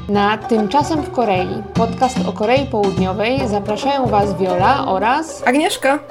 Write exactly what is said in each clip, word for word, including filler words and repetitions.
Na Tymczasem w Korei, podcast o Korei Południowej, zapraszają Was Wiola oraz Agnieszka.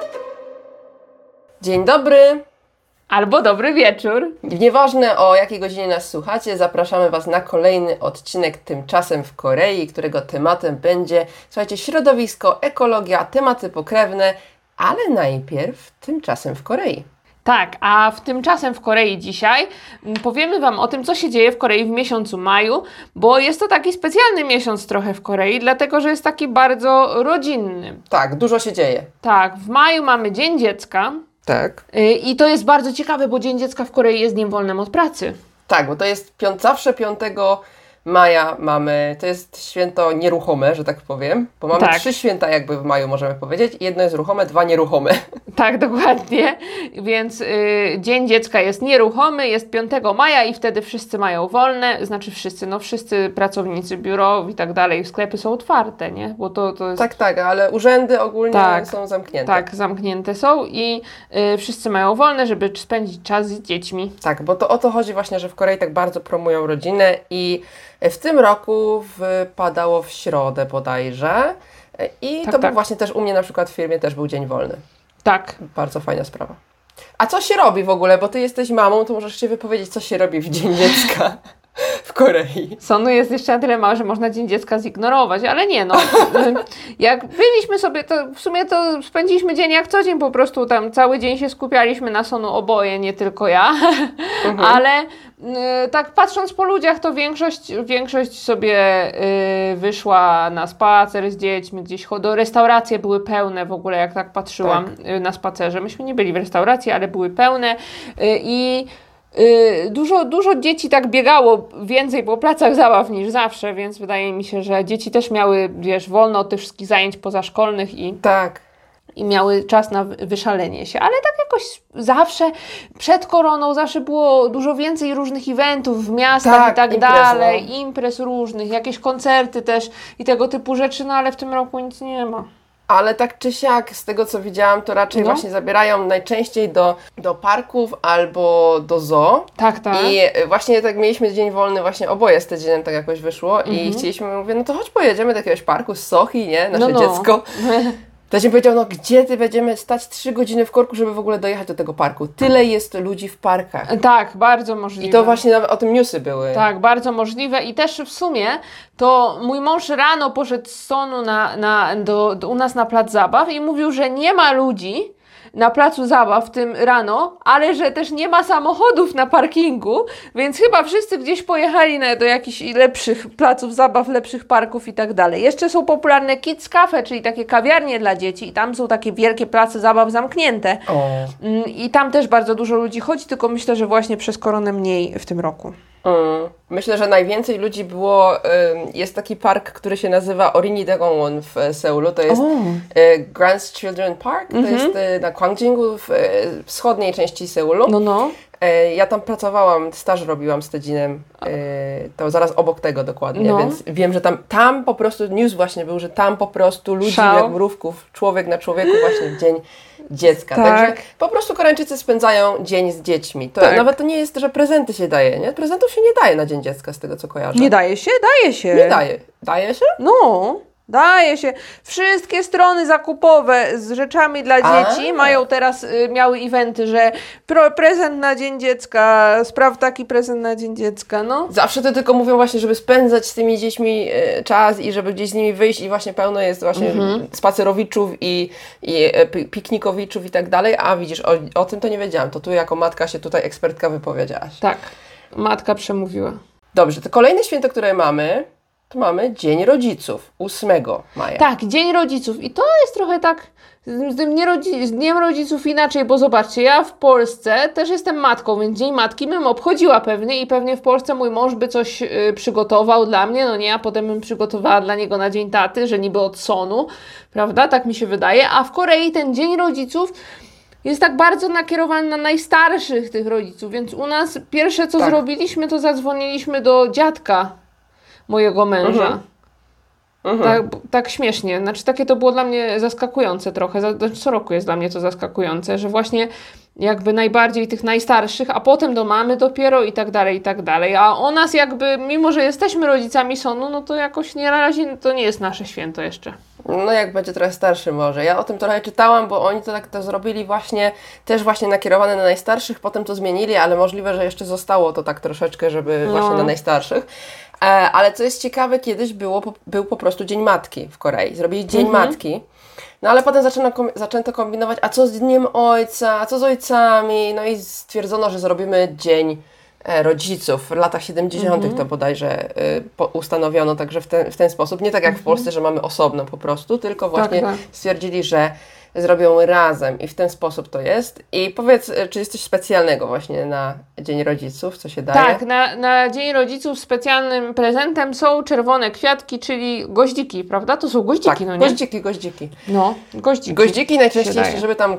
Dzień dobry. Albo dobry wieczór. Nieważne o jakiej godzinie nas słuchacie, zapraszamy Was na kolejny odcinek Tymczasem w Korei, którego tematem będzie, słuchajcie, środowisko, ekologia, tematy pokrewne, ale najpierw Tymczasem w Korei. Tak, a w Tymczasem w Korei dzisiaj powiemy Wam o tym, co się dzieje w Korei w miesiącu maju, bo jest to taki specjalny miesiąc trochę w Korei, dlatego że jest taki bardzo rodzinny. Tak, dużo się dzieje. Tak, w maju mamy Dzień Dziecka. Tak. I to jest bardzo ciekawe, bo Dzień Dziecka w Korei jest dniem wolnym od pracy. Tak, bo to jest piąt, zawsze piątego maja mamy, to jest święto nieruchome, że tak powiem, bo mamy tak. trzy święta jakby w maju, możemy powiedzieć. Jedno jest ruchome, dwa nieruchome. Tak, dokładnie. Więc y, Dzień Dziecka jest nieruchomy, jest piątego maja i wtedy wszyscy mają wolne, znaczy wszyscy, no wszyscy pracownicy biurowi i tak dalej, sklepy są otwarte, nie? Bo to, to jest... Tak, tak, ale urzędy ogólnie tak, są zamknięte. Tak, zamknięte są i y, wszyscy mają wolne, żeby spędzić czas z dziećmi. Tak, bo to o to chodzi właśnie, że w Korei tak bardzo promują rodzinę i w tym roku wypadało w środę bodajże i tak, to tak. był właśnie też u mnie na przykład w firmie też był dzień wolny. Tak. Bardzo fajna sprawa. A co się robi w ogóle, bo Ty jesteś mamą, to możesz się wypowiedzieć, co się robi w Dzień Dziecka w Korei. Sonu jest jeszcze na tyle mały, że można Dzień Dziecka zignorować, ale nie no. Jak byliśmy sobie, to w sumie to spędziliśmy dzień jak co dzień, po prostu tam cały dzień się skupialiśmy na Sonu oboje, nie tylko ja. Mhm. Ale y, tak patrząc po ludziach, to większość, większość sobie y, wyszła na spacer z dziećmi, gdzieś do restauracje były pełne w ogóle, jak tak patrzyłam tak. y, na spacerze. Myśmy nie byli w restauracji, ale były pełne y, i Yy, dużo, dużo dzieci tak biegało więcej po placach zabaw niż zawsze, więc wydaje mi się, że dzieci też miały, wiesz, wolno od tych wszystkich zajęć pozaszkolnych i, tak. i miały czas na wyszalenie się, ale tak jakoś zawsze przed koroną zawsze było dużo więcej różnych eventów w miastach tak, i tak imprez, dalej, no. imprez różnych, jakieś koncerty też i tego typu rzeczy, no ale w tym roku nic nie ma. Ale tak czy siak, z tego co widziałam, to raczej no. właśnie zabierają najczęściej do, do parków albo do zoo. Tak, tak. I właśnie tak mieliśmy dzień wolny, właśnie oboje z tydzieniem tak jakoś wyszło mhm. i chcieliśmy, mówię, no to chodź pojedziemy do jakiegoś parku z Sochi, nie? Nasze no, no. dziecko. Ktoś mi powiedział, no gdzie ty będziemy stać trzy godziny w korku, żeby w ogóle dojechać do tego parku? Tyle jest ludzi w parkach. Tak, bardzo możliwe. I to właśnie nawet o tym newsy były. Tak, bardzo możliwe i też w sumie to mój mąż rano poszedł z Sonu na, na, do, do, u nas na plac zabaw i mówił, że nie ma ludzi na placu zabaw w tym rano, ale że też nie ma samochodów na parkingu, więc chyba wszyscy gdzieś pojechali na, do jakichś lepszych placów zabaw, lepszych parków i tak dalej. Jeszcze są popularne Kids Cafe, czyli takie kawiarnie dla dzieci i tam są takie wielkie place zabaw zamknięte. O. I tam też bardzo dużo ludzi chodzi, tylko myślę, że właśnie przez koronę mniej w tym roku. Mm. Myślę, że najwięcej ludzi było, y, jest taki park, który się nazywa Orinidegongwon w Seulu, to jest y, Grand Children Park, mm-hmm. to jest y, na Gwangjingu w y, wschodniej części Seulu. No, no. Y, ja tam pracowałam, staż robiłam z Tedzinem, y, to zaraz obok tego dokładnie, no. więc wiem, że tam, tam po prostu, news właśnie był, że tam po prostu ludzi Szał. jak mrówków, człowiek na człowieku właśnie w dzień dziecka. Tak. Także po prostu Koreańczycy spędzają dzień z dziećmi. To tak. Nawet to nie jest, że prezenty się daje, nie? Prezentów się nie daje na Dzień Dziecka, z tego co kojarzę. Nie daje się? Daje się. Nie daje. Daje się? No, daje się. Wszystkie strony zakupowe z rzeczami dla dzieci A. mają teraz, y, miały eventy, że pro, prezent na Dzień Dziecka, spraw taki prezent na Dzień Dziecka, no. Zawsze to tylko mówią właśnie, żeby spędzać z tymi dziećmi y, czas i żeby gdzieś z nimi wyjść i właśnie pełno jest właśnie mhm. spacerowiczów i, i y, piknikowiczów i tak dalej, a widzisz, o, o tym to nie wiedziałam, to tu jako matka się tutaj ekspertka wypowiedziałaś. Tak, matka przemówiła. Dobrze, to kolejne święto, które mamy, to mamy Dzień Rodziców, ósmego maja. Tak, Dzień Rodziców i to jest trochę tak z tym nie rodzi- z Dniem Rodziców inaczej, bo zobaczcie, ja w Polsce też jestem matką, więc Dzień Matki bym obchodziła pewnie i pewnie w Polsce mój mąż by coś y, przygotował dla mnie, no nie, a potem bym przygotowała dla niego na Dzień Taty, że niby od Sonu, prawda, tak mi się wydaje, a w Korei ten Dzień Rodziców jest tak bardzo nakierowany na najstarszych tych rodziców, więc u nas pierwsze co tak. zrobiliśmy, to zadzwoniliśmy do dziadka mojego męża. Mhm. Mhm. Tak, tak śmiesznie. Znaczy takie to było dla mnie zaskakujące trochę. Co roku jest dla mnie to zaskakujące, że właśnie jakby najbardziej tych najstarszych, a potem do mamy dopiero i tak dalej, i tak dalej. A o nas jakby, mimo że jesteśmy rodzicami Sonu, no to jakoś nie, na razie to nie jest nasze święto jeszcze. No jak będzie trochę starszy może. Ja o tym trochę czytałam, bo oni to tak to zrobili właśnie, też właśnie nakierowane na najstarszych, potem to zmienili, ale możliwe, że jeszcze zostało to tak troszeczkę, żeby no. właśnie na najstarszych. E, ale co jest ciekawe, kiedyś było, był po prostu Dzień Matki w Korei. Zrobili Dzień mhm. Matki. No ale potem zaczęto, zaczęto kombinować, a co z Dniem Ojca, a co z ojcami? No i stwierdzono, że zrobimy Dzień Rodziców. W latach siedemdziesiątych mm-hmm. to bodajże y, po, ustanowiono także w ten, w ten sposób. Nie tak jak mm-hmm. w Polsce, że mamy osobno po prostu, tylko właśnie tak, tak. stwierdzili, że zrobią razem i w ten sposób to jest. I powiedz, czy jest coś specjalnego właśnie na Dzień Rodziców, co się daje? Tak, na, na Dzień Rodziców specjalnym prezentem są czerwone kwiatki, czyli goździki, prawda? To są goździki, tak, no nie? goździki, goździki. No, goździki. Goździki najczęściej, żeby tam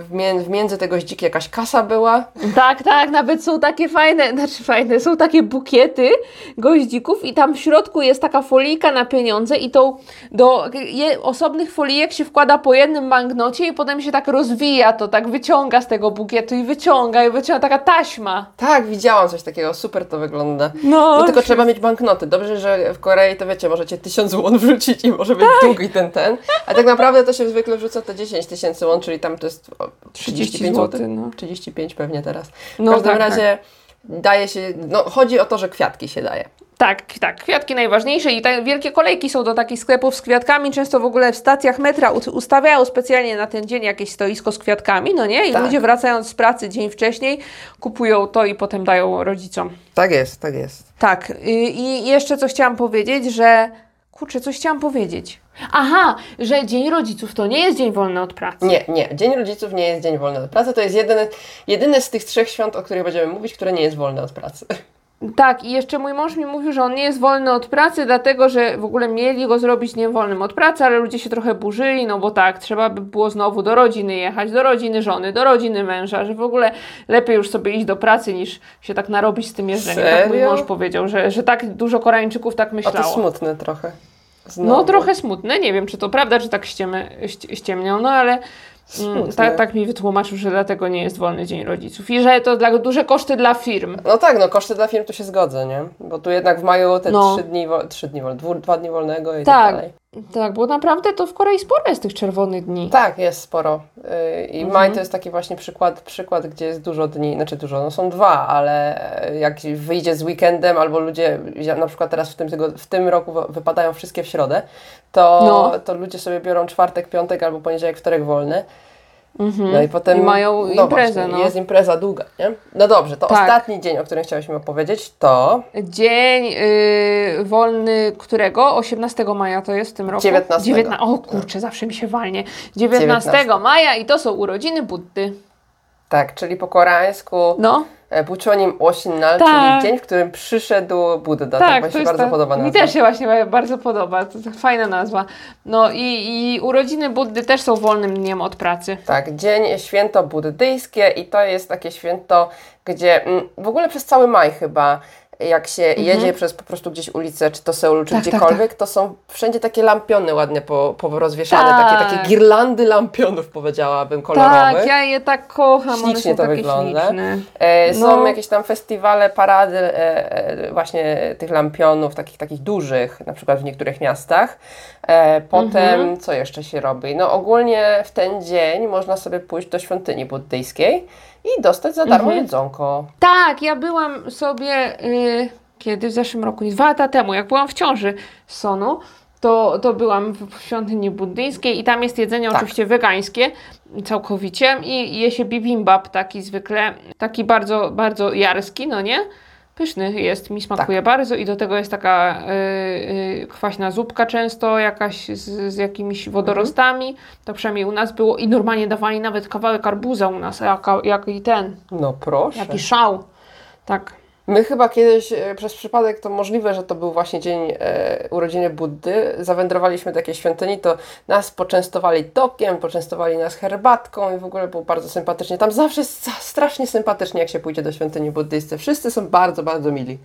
w między te goździki jakaś kasa była. Tak, tak, nawet są takie fajne, znaczy fajne, są takie bukiety goździków i tam w środku jest taka folijka na pieniądze i tą do je, osobnych folijek się wkłada po jednym banknocie i potem się tak rozwija to, tak wyciąga z tego bukietu i wyciąga i wyciąga taka taśma. Tak, widziałam coś takiego, super to wygląda. No, no tylko trzeba mieć banknoty. Dobrze, że w Korei to wiecie, możecie tysiąc won wrzucić i może być tak. długi ten ten. A tak naprawdę to się zwykle wrzuca te dziesięć tysięcy won, czyli tam to jest trzydzieści pięć złotych. No. trzydzieści pięć pewnie teraz. W no, każdym tak, razie tak. daje się, no chodzi o to, że kwiatki się daje. Tak, tak, kwiatki najważniejsze i te wielkie kolejki są do takich sklepów z kwiatkami, często w ogóle w stacjach metra ustawiają specjalnie na ten dzień jakieś stoisko z kwiatkami, no nie? I tak. ludzie wracając z pracy dzień wcześniej kupują to i potem dają rodzicom. Tak jest, tak jest. Tak, i jeszcze co chciałam powiedzieć, że... Kurczę, coś chciałam powiedzieć. Aha, że Dzień Rodziców to nie jest dzień wolny od pracy. Nie, nie. Dzień Rodziców nie jest dzień wolny od pracy. To jest jedyny, jedyny z tych trzech świąt, o których będziemy mówić, które nie jest wolne od pracy. Tak, i jeszcze mój mąż mi mówił, że on nie jest wolny od pracy, dlatego, że w ogóle mieli go zrobić dniem wolnym od pracy, ale ludzie się trochę burzyli, no bo tak, trzeba by było znowu do rodziny jechać, do rodziny żony, do rodziny męża, że w ogóle lepiej już sobie iść do pracy, niż się tak narobić z tym jeżdżeniem. Serio? Tak mój mąż powiedział, że, że tak dużo Koreańczyków tak myślało. A to smutne trochę. Znowu. No trochę smutne, nie wiem, czy to prawda, czy tak ściemy, ściemnią, no ale... Mm, tak, tak mi wytłumaczył, że dlatego nie jest wolny Dzień Rodziców i że to dla, duże koszty dla firm. No tak, no koszty dla firm to się zgodzę, nie? Bo tu jednak w maju te no. trzy dni, trzy dni, dwu, dwa dni wolnego i tak, tak dalej. Tak, bo naprawdę to w Korei sporo jest tych czerwonych dni. Tak, jest sporo. Yy, I mhm. maj to jest taki właśnie przykład, przykład, gdzie jest dużo dni, znaczy dużo, no są dwa, ale jak wyjdzie z weekendem albo ludzie, na przykład teraz w tym, w tym roku wypadają wszystkie w środę, to, no. to ludzie sobie biorą czwartek, piątek albo poniedziałek, wtorek wolny. Mm-hmm. No i potem I mają no imprezę. Właśnie, no. Jest impreza długa, nie? No dobrze, to tak. Ostatni dzień, o którym chciałyśmy opowiedzieć, to... Dzień yy, wolny którego? osiemnastego maja to jest w tym roku? dziewiętnastego. Dziewiętna... O kurczę, zawsze mi się walnie. dziewiętnastego maja i to są urodziny Buddy. Tak, czyli po koreańsku... No. Buchonim Osinnal, tak. czyli dzień, w którym przyszedł Buddha. Tak, tak mi się bardzo ta, podoba nazwa. Mi też się właśnie bardzo podoba, to fajna nazwa. No i, i urodziny Buddy też są wolnym dniem od pracy. Tak, dzień święto buddyjskie i to jest takie święto, gdzie m, w ogóle przez cały maj chyba, jak się mhm. jedzie przez po prostu gdzieś ulicę, czy to Seulu, czy tak, gdziekolwiek, tak, tak. to są wszędzie takie lampiony ładnie po, po rozwieszane, tak. takie, takie girlandy lampionów, powiedziałabym, kolorowych. Tak, ja je tak kocham, ślicznie to wygląda. E, są no. jakieś tam festiwale, parady e, e, właśnie tych lampionów, takich takich dużych, na przykład w niektórych miastach. E, potem, mhm. co jeszcze się robi? No ogólnie w ten dzień można sobie pójść do świątyni buddyjskiej i dostać za darmo mhm. jedzonko. Tak, ja byłam sobie y, kiedy w zeszłym roku, dwa lata temu, jak byłam w ciąży z Sonu, to, to byłam w świątyni buddyjskiej i tam jest jedzenie tak. oczywiście wegańskie całkowicie i je się bibimbap taki zwykle, taki bardzo, bardzo jarski, no nie? Pyszny jest, mi smakuje tak. bardzo i do tego jest taka y, y, kwaśna zupka często, jakaś z, z jakimiś wodorostami, mhm. to przynajmniej u nas było i normalnie dawali nawet kawałek arbuza u nas, jak, jak i ten. No proszę. Jaki szał, tak. My chyba kiedyś, e, przez przypadek, to możliwe, że to był właśnie dzień e, urodziny Buddy, zawędrowaliśmy do jakiejś świątyni, to nas poczęstowali dokiem, poczęstowali nas herbatką i w ogóle było bardzo sympatycznie. Tam zawsze jest strasznie sympatycznie, jak się pójdzie do świątyni buddyjskiej. Wszyscy są bardzo, bardzo mili.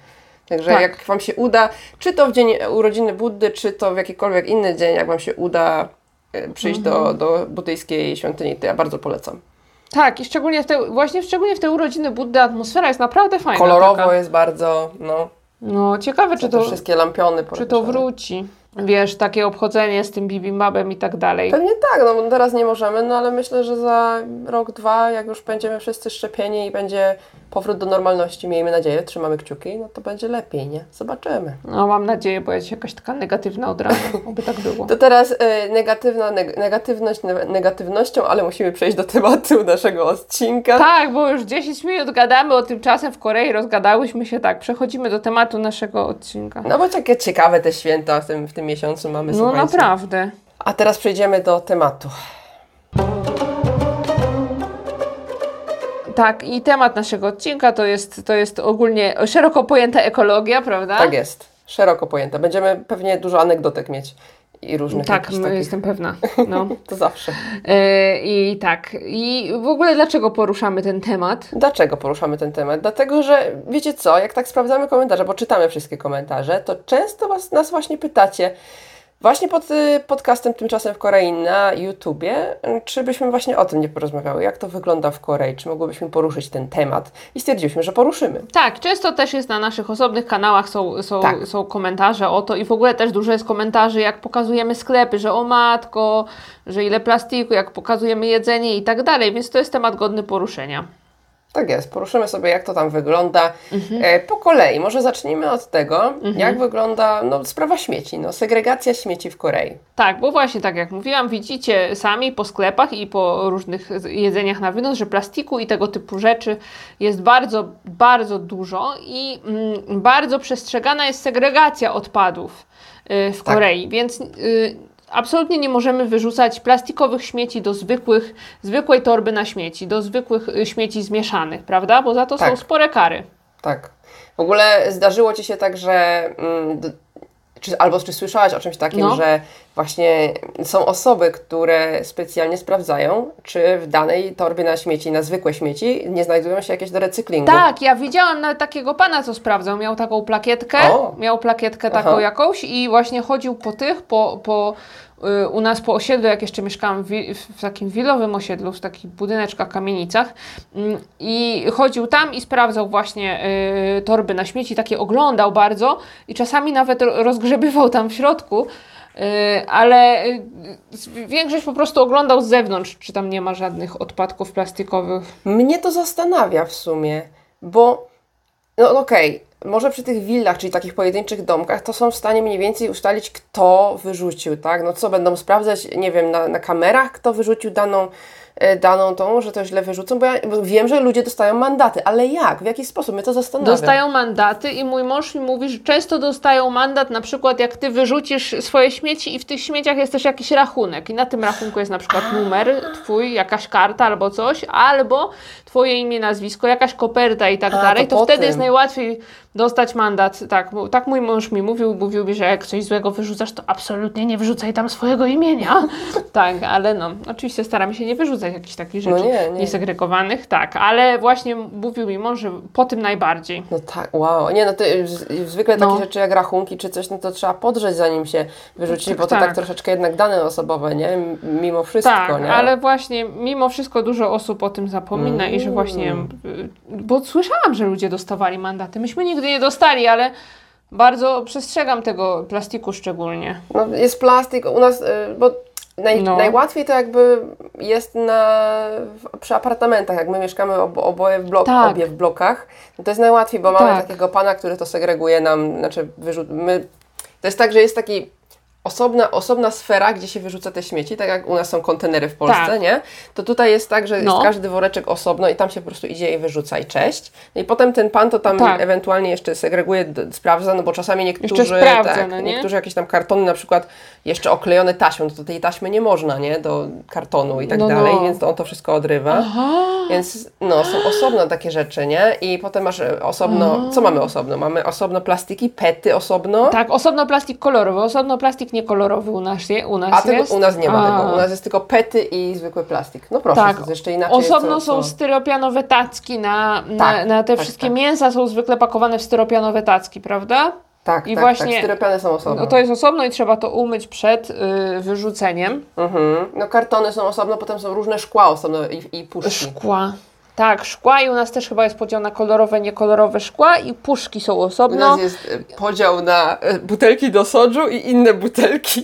Także tak. jak Wam się uda, czy to w dzień urodziny Buddy, czy to w jakikolwiek inny dzień, jak Wam się uda przyjść mhm. do, do buddyjskiej świątyni, to ja bardzo polecam. Tak, i szczególnie w te, właśnie szczególnie w te urodziny Buddy atmosfera jest naprawdę fajna. Kolorowo taka. jest bardzo, no. No, ciekawe, czy to, wszystkie lampiony czy to wróci. Wiesz, takie obchodzenie z tym bibimbabem i tak dalej. Pewnie tak, no bo teraz nie możemy, no ale myślę, że za rok, dwa, jak już będziemy wszyscy szczepieni i będzie powrót do normalności, miejmy nadzieję, trzymamy kciuki, no to będzie lepiej, nie? Zobaczymy. No mam nadzieję, bo jest jakaś taka negatywna od razu, oby tak było. To teraz y, negatywna, neg- negatywność ne- negatywnością, ale musimy przejść do tematu naszego odcinka. Tak, bo już dziesięć minut gadamy o tymczasem w Korei, rozgadałyśmy się, tak, przechodzimy do tematu naszego odcinka. No bo takie ciekawe te święta w tym, w tym miesiącu mamy, no słuchajcie. Naprawdę. A teraz przejdziemy do tematu. Tak, i temat naszego odcinka to jest, to jest ogólnie szeroko pojęta ekologia, prawda? Tak jest, szeroko pojęta. Będziemy pewnie dużo anegdotek mieć i różnych Tak, takich. jestem pewna. No. To zawsze. Yy, I tak, i w ogóle dlaczego poruszamy ten temat? Dlaczego poruszamy ten temat? Dlatego, że wiecie co, jak tak sprawdzamy komentarze, bo czytamy wszystkie komentarze, to często was, nas właśnie pytacie, właśnie pod y, podcastem Tymczasem w Korei na YouTubie, czy byśmy właśnie o tym nie porozmawiały, jak to wygląda w Korei, czy mogłybyśmy poruszyć ten temat i stwierdziliśmy, że poruszymy. Tak, często też jest na naszych osobnych kanałach są, są, tak. są komentarze o to i w ogóle też dużo jest komentarzy, jak pokazujemy sklepy, że o matko, że ile plastiku, jak pokazujemy jedzenie i tak dalej, więc to jest temat godny poruszenia. Tak jest, poruszymy sobie, jak to tam wygląda mhm. e, po kolei. Może zacznijmy od tego, mhm. jak wygląda no, sprawa śmieci, no, segregacja śmieci w Korei. Tak, bo właśnie tak jak mówiłam, widzicie sami po sklepach i po różnych jedzeniach na wynos, że plastiku i tego typu rzeczy jest bardzo, bardzo dużo i mm, bardzo przestrzegana jest segregacja odpadów y, w tak. Korei, więc... Y, absolutnie nie możemy wyrzucać plastikowych śmieci do zwykłych, zwykłej torby na śmieci, do zwykłych śmieci zmieszanych, prawda? Bo za to tak. są spore kary. Tak. W ogóle zdarzyło Ci się tak, że mm, d- czy, albo czy słyszałaś o czymś takim, no. że właśnie są osoby, które specjalnie sprawdzają, czy w danej torbie na śmieci, na zwykłe śmieci nie znajdują się jakieś do recyklingu. Tak, ja widziałam nawet takiego pana, co sprawdzał. Miał taką plakietkę, o. miał plakietkę taką Aha. jakąś i właśnie chodził po tych, po, po y, u nas po osiedlu, jak jeszcze mieszkałam w, w takim willowym osiedlu, w takich budyneczkach, kamienicach y, i chodził tam i sprawdzał właśnie y, torby na śmieci, takie oglądał bardzo i czasami nawet rozgrzebywał tam w środku. Yy, ale yy, większość po prostu oglądał z zewnątrz, czy tam nie ma żadnych odpadków plastikowych. Mnie to zastanawia w sumie, bo no okej, okay, może przy tych willach, czyli takich pojedynczych domkach, to są w stanie mniej więcej ustalić, kto wyrzucił, tak? No co, będą sprawdzać, nie wiem, na, na kamerach, kto wyrzucił daną daną tą, że to źle wyrzucą, bo ja bo wiem, że ludzie dostają mandaty, ale jak? W jaki sposób? Mnie to zastanawia. Dostają mandaty i mój mąż mi mówi, że często dostają mandat, na przykład jak Ty wyrzucisz swoje śmieci i w tych śmieciach jest też jakiś rachunek i na tym rachunku jest na przykład numer Twój, jakaś karta albo coś, albo Twoje imię, nazwisko, jakaś koperta i tak A, dalej, to, to wtedy tym. jest najłatwiej dostać mandat. Tak, tak mój mąż mi mówił, mówił mi, że jak coś złego wyrzucasz, to absolutnie nie wyrzucaj tam swojego imienia. Tak, ale no, oczywiście staramy się nie wyrzucać jakichś takich rzeczy no nie, nie. niesegregowanych, tak, ale właśnie mówił mi mąż, że po tym najbardziej. No tak, wow. Nie, no to zwykle takie no. rzeczy jak rachunki czy coś, no to trzeba podrzeć, zanim się wyrzuci, tak, bo to tak. tak troszeczkę jednak dane osobowe, nie? Mimo wszystko, tak, nie? ale właśnie mimo wszystko dużo osób o tym zapomina mm. i że właśnie, bo słyszałam, że ludzie dostawali mandaty. Myśmy nigdy nie dostali, ale bardzo przestrzegam tego plastiku szczególnie. No jest plastik, u nas, bo Naj, no. najłatwiej to jakby jest na, przy apartamentach, jak my mieszkamy ob, oboje w blok, tak. obie w blokach, no to jest najłatwiej, bo mamy tak. takiego pana, który to segreguje nam, znaczy wyrzut, my, to jest tak, że jest taki osobna, osobna sfera, gdzie się wyrzuca te śmieci, tak jak u nas są kontenery w Polsce, tak. nie? To tutaj jest tak, że no. jest każdy woreczek osobno i tam się po prostu idzie i wyrzuca i cześć. No i potem ten pan to tam tak. ewentualnie jeszcze segreguje, sprawdza, no bo czasami niektórzy, sprawdza, tak, no nie? niektórzy jakieś tam kartony na przykład jeszcze oklejone taśmą, to tej taśmy nie można, nie? Do kartonu i tak no, dalej, no. więc to on to wszystko odrywa. Aha. Więc no, są osobno takie rzeczy, nie? I potem masz osobno, Aha. co mamy osobno? Mamy osobno plastiki, pety osobno. Tak, osobno plastik kolorowy, osobno plastik niekolorowy u nas, je, u nas A tego jest. u nas nie ma A. tego. U nas jest tylko pety i zwykły plastik. No proszę, Tak. to jest jeszcze inaczej. Osobno co, są co... styropianowe tacki na, na, Tak, na te tak, wszystkie tak. mięsa są zwykle pakowane w styropianowe tacki, prawda? Tak, I tak, właśnie- tak. Styropiany są osobno. No to jest osobno i trzeba to umyć przed y, wyrzuceniem. Mhm. No kartony są osobno, potem są różne szkła osobno i, i puszki. Szkła. Tak, szkła i u nas też chyba jest podział na kolorowe, niekolorowe szkła i puszki są U osobno. nas jest e, podział na e, butelki do sodżu i inne butelki.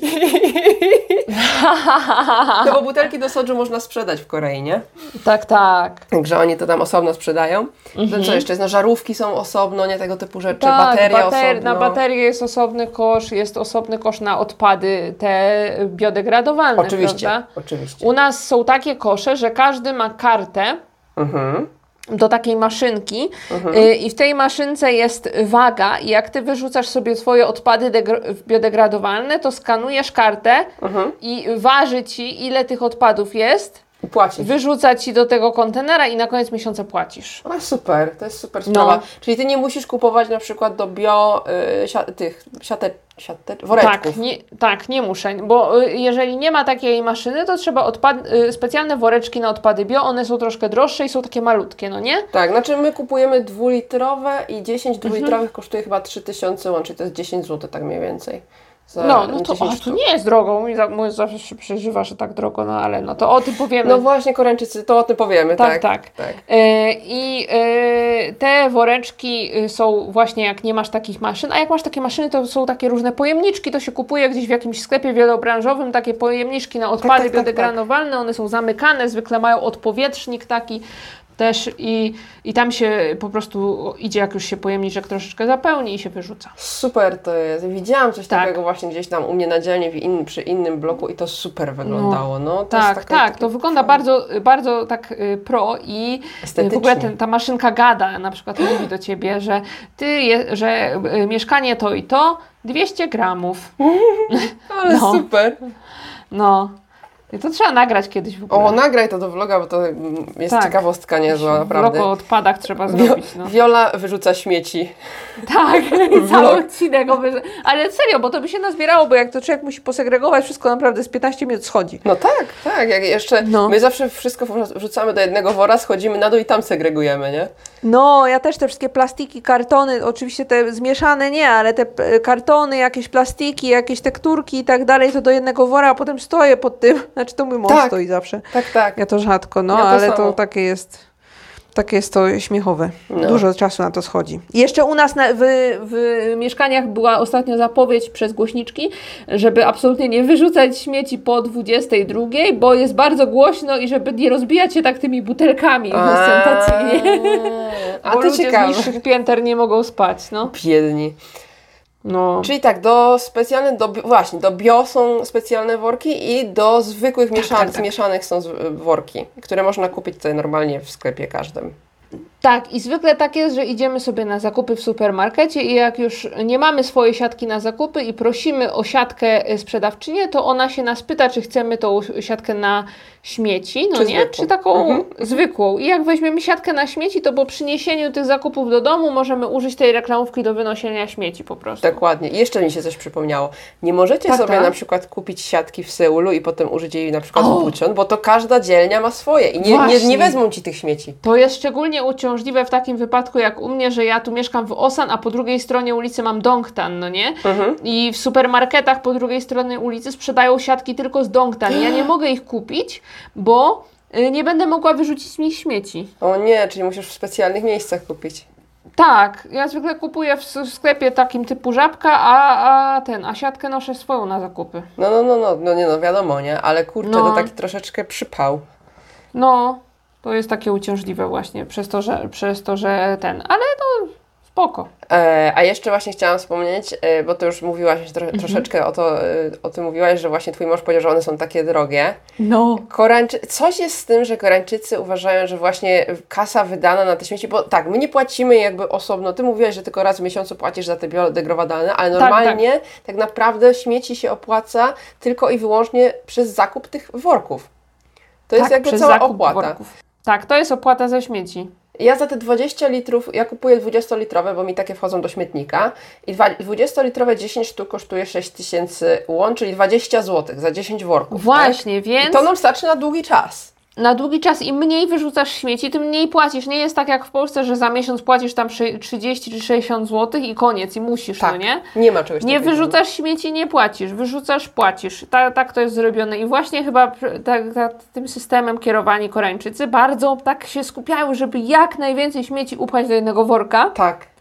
No bo butelki do sodżu można sprzedać w Korei, nie? Tak, tak. Także oni to tam osobno sprzedają. Mhm. Co jeszcze jest? No żarówki są osobno, nie tego typu rzeczy. Tak, Bateria bater- osobno. na baterię jest osobny kosz, jest osobny kosz na odpady te biodegradowalne, Oczywiście, prawda? oczywiście. U nas są takie kosze, że każdy ma kartę Mhm. do takiej maszynki Mhm. y, i w tej maszynce jest waga i jak Ty wyrzucasz sobie swoje odpady degr- biodegradowalne, to skanujesz kartę Mhm. i waży Ci, ile tych odpadów jest, I płacić. wyrzuca Ci do tego kontenera i na koniec miesiąca płacisz. A super, to jest super sprawa. No. Czyli ty nie musisz kupować na przykład do bio y, si tych siate, siate, woreczków. Tak, nie, tak, nie muszę, bo y, jeżeli nie ma takiej maszyny, to trzeba odpad- y, specjalne woreczki na odpady bio, one są troszkę droższe i są takie malutkie, no nie? Tak, znaczy my kupujemy dwulitrowe i dziesięć Mhm. dwulitrowych kosztuje chyba trzy tysiące łącznie, to jest dziesięć złotych tak mniej więcej. Za No, no to, dziesięć o, to sztuk. nie jest drogo, mój, za- mój zawsze się przeżywa, że tak drogo, no ale no to o tym powiemy. No właśnie Koreańczycy, to o tym powiemy, Tak, tak. tak. tak. E, I e, te woreczki y, są właśnie jak nie masz takich maszyn, a jak masz takie maszyny, to są takie różne pojemniczki, to się kupuje gdzieś w jakimś sklepie wielobranżowym, takie pojemniczki na odpady tak, tak, biodegradowalne, one są zamykane, zwykle mają odpowietrznik taki też i, i tam się po prostu idzie, jak już się pojemniczek troszeczkę zapełni i się wyrzuca. Super to jest. Widziałam coś Tak. takiego właśnie gdzieś tam u mnie na dzielni w in, przy innym bloku i to super wyglądało. No, to Tak, jest taka, tak, taka- to wygląda bardzo, bardzo tak y, pro i y, Estetycznie. w ogóle ten, ta maszynka gada, na przykład mówi do Ciebie, że Ty, je, że y, mieszkanie to i to dwieście gramów. Ale no. super. No, i to trzeba nagrać kiedyś w ogóle. O, nagraj to do vloga, bo to mm, jest Tak. ciekawostka niezła, W naprawdę. bloku o odpadach trzeba Wio- zrobić, no. Wiola wyrzuca śmieci. Tak, i cały Vlog. odcinek obejrzy- Ale serio, bo to by się nazbierało, bo jak to człowiek musi posegregować, wszystko naprawdę z piętnaście minut schodzi. No tak, tak, jak jeszcze No. my zawsze wszystko wrzu- wrzucamy do jednego wora, schodzimy na dół i tam segregujemy, nie? No, ja też te wszystkie plastiki, kartony, oczywiście te zmieszane nie, ale te p- kartony, jakieś plastiki, jakieś tekturki i tak dalej, to do jednego wora, a potem stoję pod tym, znaczy to mój mąż Tak. stoi zawsze. Tak, tak. Ja to rzadko, no, Ja to ale samo. to takie jest, takie jest to śmiechowe. No. Dużo czasu na to schodzi. I jeszcze u nas na, w, w mieszkaniach była ostatnio zapowiedź przez głośniczki, żeby absolutnie nie wyrzucać śmieci po dwudziestej drugiej, bo jest bardzo głośno i żeby nie rozbijać się tak tymi butelkami ostentacyjnie. A Bo to ludzie z ciekawe. niższych pięter nie mogą spać, no. Biedni. No. Czyli tak, do specjalnych, do, bi- właśnie, do bio są specjalne worki i do zwykłych miesza- tak, tak. zmieszanych są z- worki, które można kupić sobie normalnie w sklepie każdym. Tak, i zwykle tak jest, że idziemy sobie na zakupy w supermarkecie i jak już nie mamy swojej siatki na zakupy i prosimy o siatkę y, sprzedawczynię, to ona się nas pyta, czy chcemy tą siatkę na śmieci, no Czy nie? zwykłą. Czy taką Mhm. zwykłą. I jak weźmiemy siatkę na śmieci, to po przyniesieniu tych zakupów do domu możemy użyć tej reklamówki do wynoszenia śmieci po prostu. Dokładnie. I jeszcze mi się coś przypomniało. Nie możecie Tak, sobie tak. na przykład kupić siatki w Seulu i potem użyć jej na przykład O! w Bucheon, bo to każda dzielnia ma swoje i nie, nie, Właśnie. nie wezmą Ci tych śmieci. To jest szczególnie uciążliwe w takim wypadku jak u mnie, że ja tu mieszkam w Osan, a po drugiej stronie ulicy mam Dongtan, no nie? Mhm. I w supermarketach po drugiej stronie ulicy sprzedają siatki tylko z Dongtan. Ja nie mogę ich kupić, bo y, nie będę mogła wyrzucić z nich śmieci. O nie, czyli musisz w specjalnych miejscach kupić. Tak, ja zwykle kupuję w s- w sklepie takim typu Żabka, a, a ten, a siatkę noszę swoją na zakupy. No, no, no, no, no nie no, wiadomo, nie? Ale kurczę, No. to taki troszeczkę przypał. No, to jest takie uciążliwe właśnie, przez to, że, przez to, że ten, ale no spoko. E, a jeszcze właśnie chciałam wspomnieć, e, bo to już mówiłaś tro, Mhm. troszeczkę o, to, e, o tym mówiłaś, że właśnie twój mąż powiedział, że one są takie drogie. No. Koreańczy... Coś jest z tym, że Koreańczycy uważają, że właśnie kasa wydana na te śmieci, bo tak, my nie płacimy jakby osobno. Ty mówiłaś, że tylko raz w miesiącu płacisz za te biodegradowalne, ale normalnie tak, tak naprawdę śmieci się opłaca tylko i wyłącznie przez zakup tych worków. To jest tak, jakby przez cała zakup opłata. worków. Tak, to jest opłata za śmieci. Ja za te dwadzieścia litrów, ja kupuję dwudziestolitrowe, bo mi takie wchodzą do śmietnika i dwudziestolitrowe dziesięć sztuk kosztuje sześć tysięcy łon, czyli dwadzieścia złotych za dziesięć worków. Właśnie, tak? więc... I to nam starczy na długi czas. Na długi czas im mniej wyrzucasz śmieci, tym mniej płacisz. Nie jest tak jak w Polsce, że za miesiąc płacisz tam trzydzieści czy sześćdziesiąt złotych i koniec, i musisz, tak, no nie? Nie ma czegoś Nie takiego. wyrzucasz śmieci, nie płacisz. Wyrzucasz, płacisz. Tak, tak to jest zrobione. I właśnie chyba tak, tak, tym systemem kierowani Koreańczycy bardzo tak się skupiają, żeby jak najwięcej śmieci upchać do jednego worka. Tak.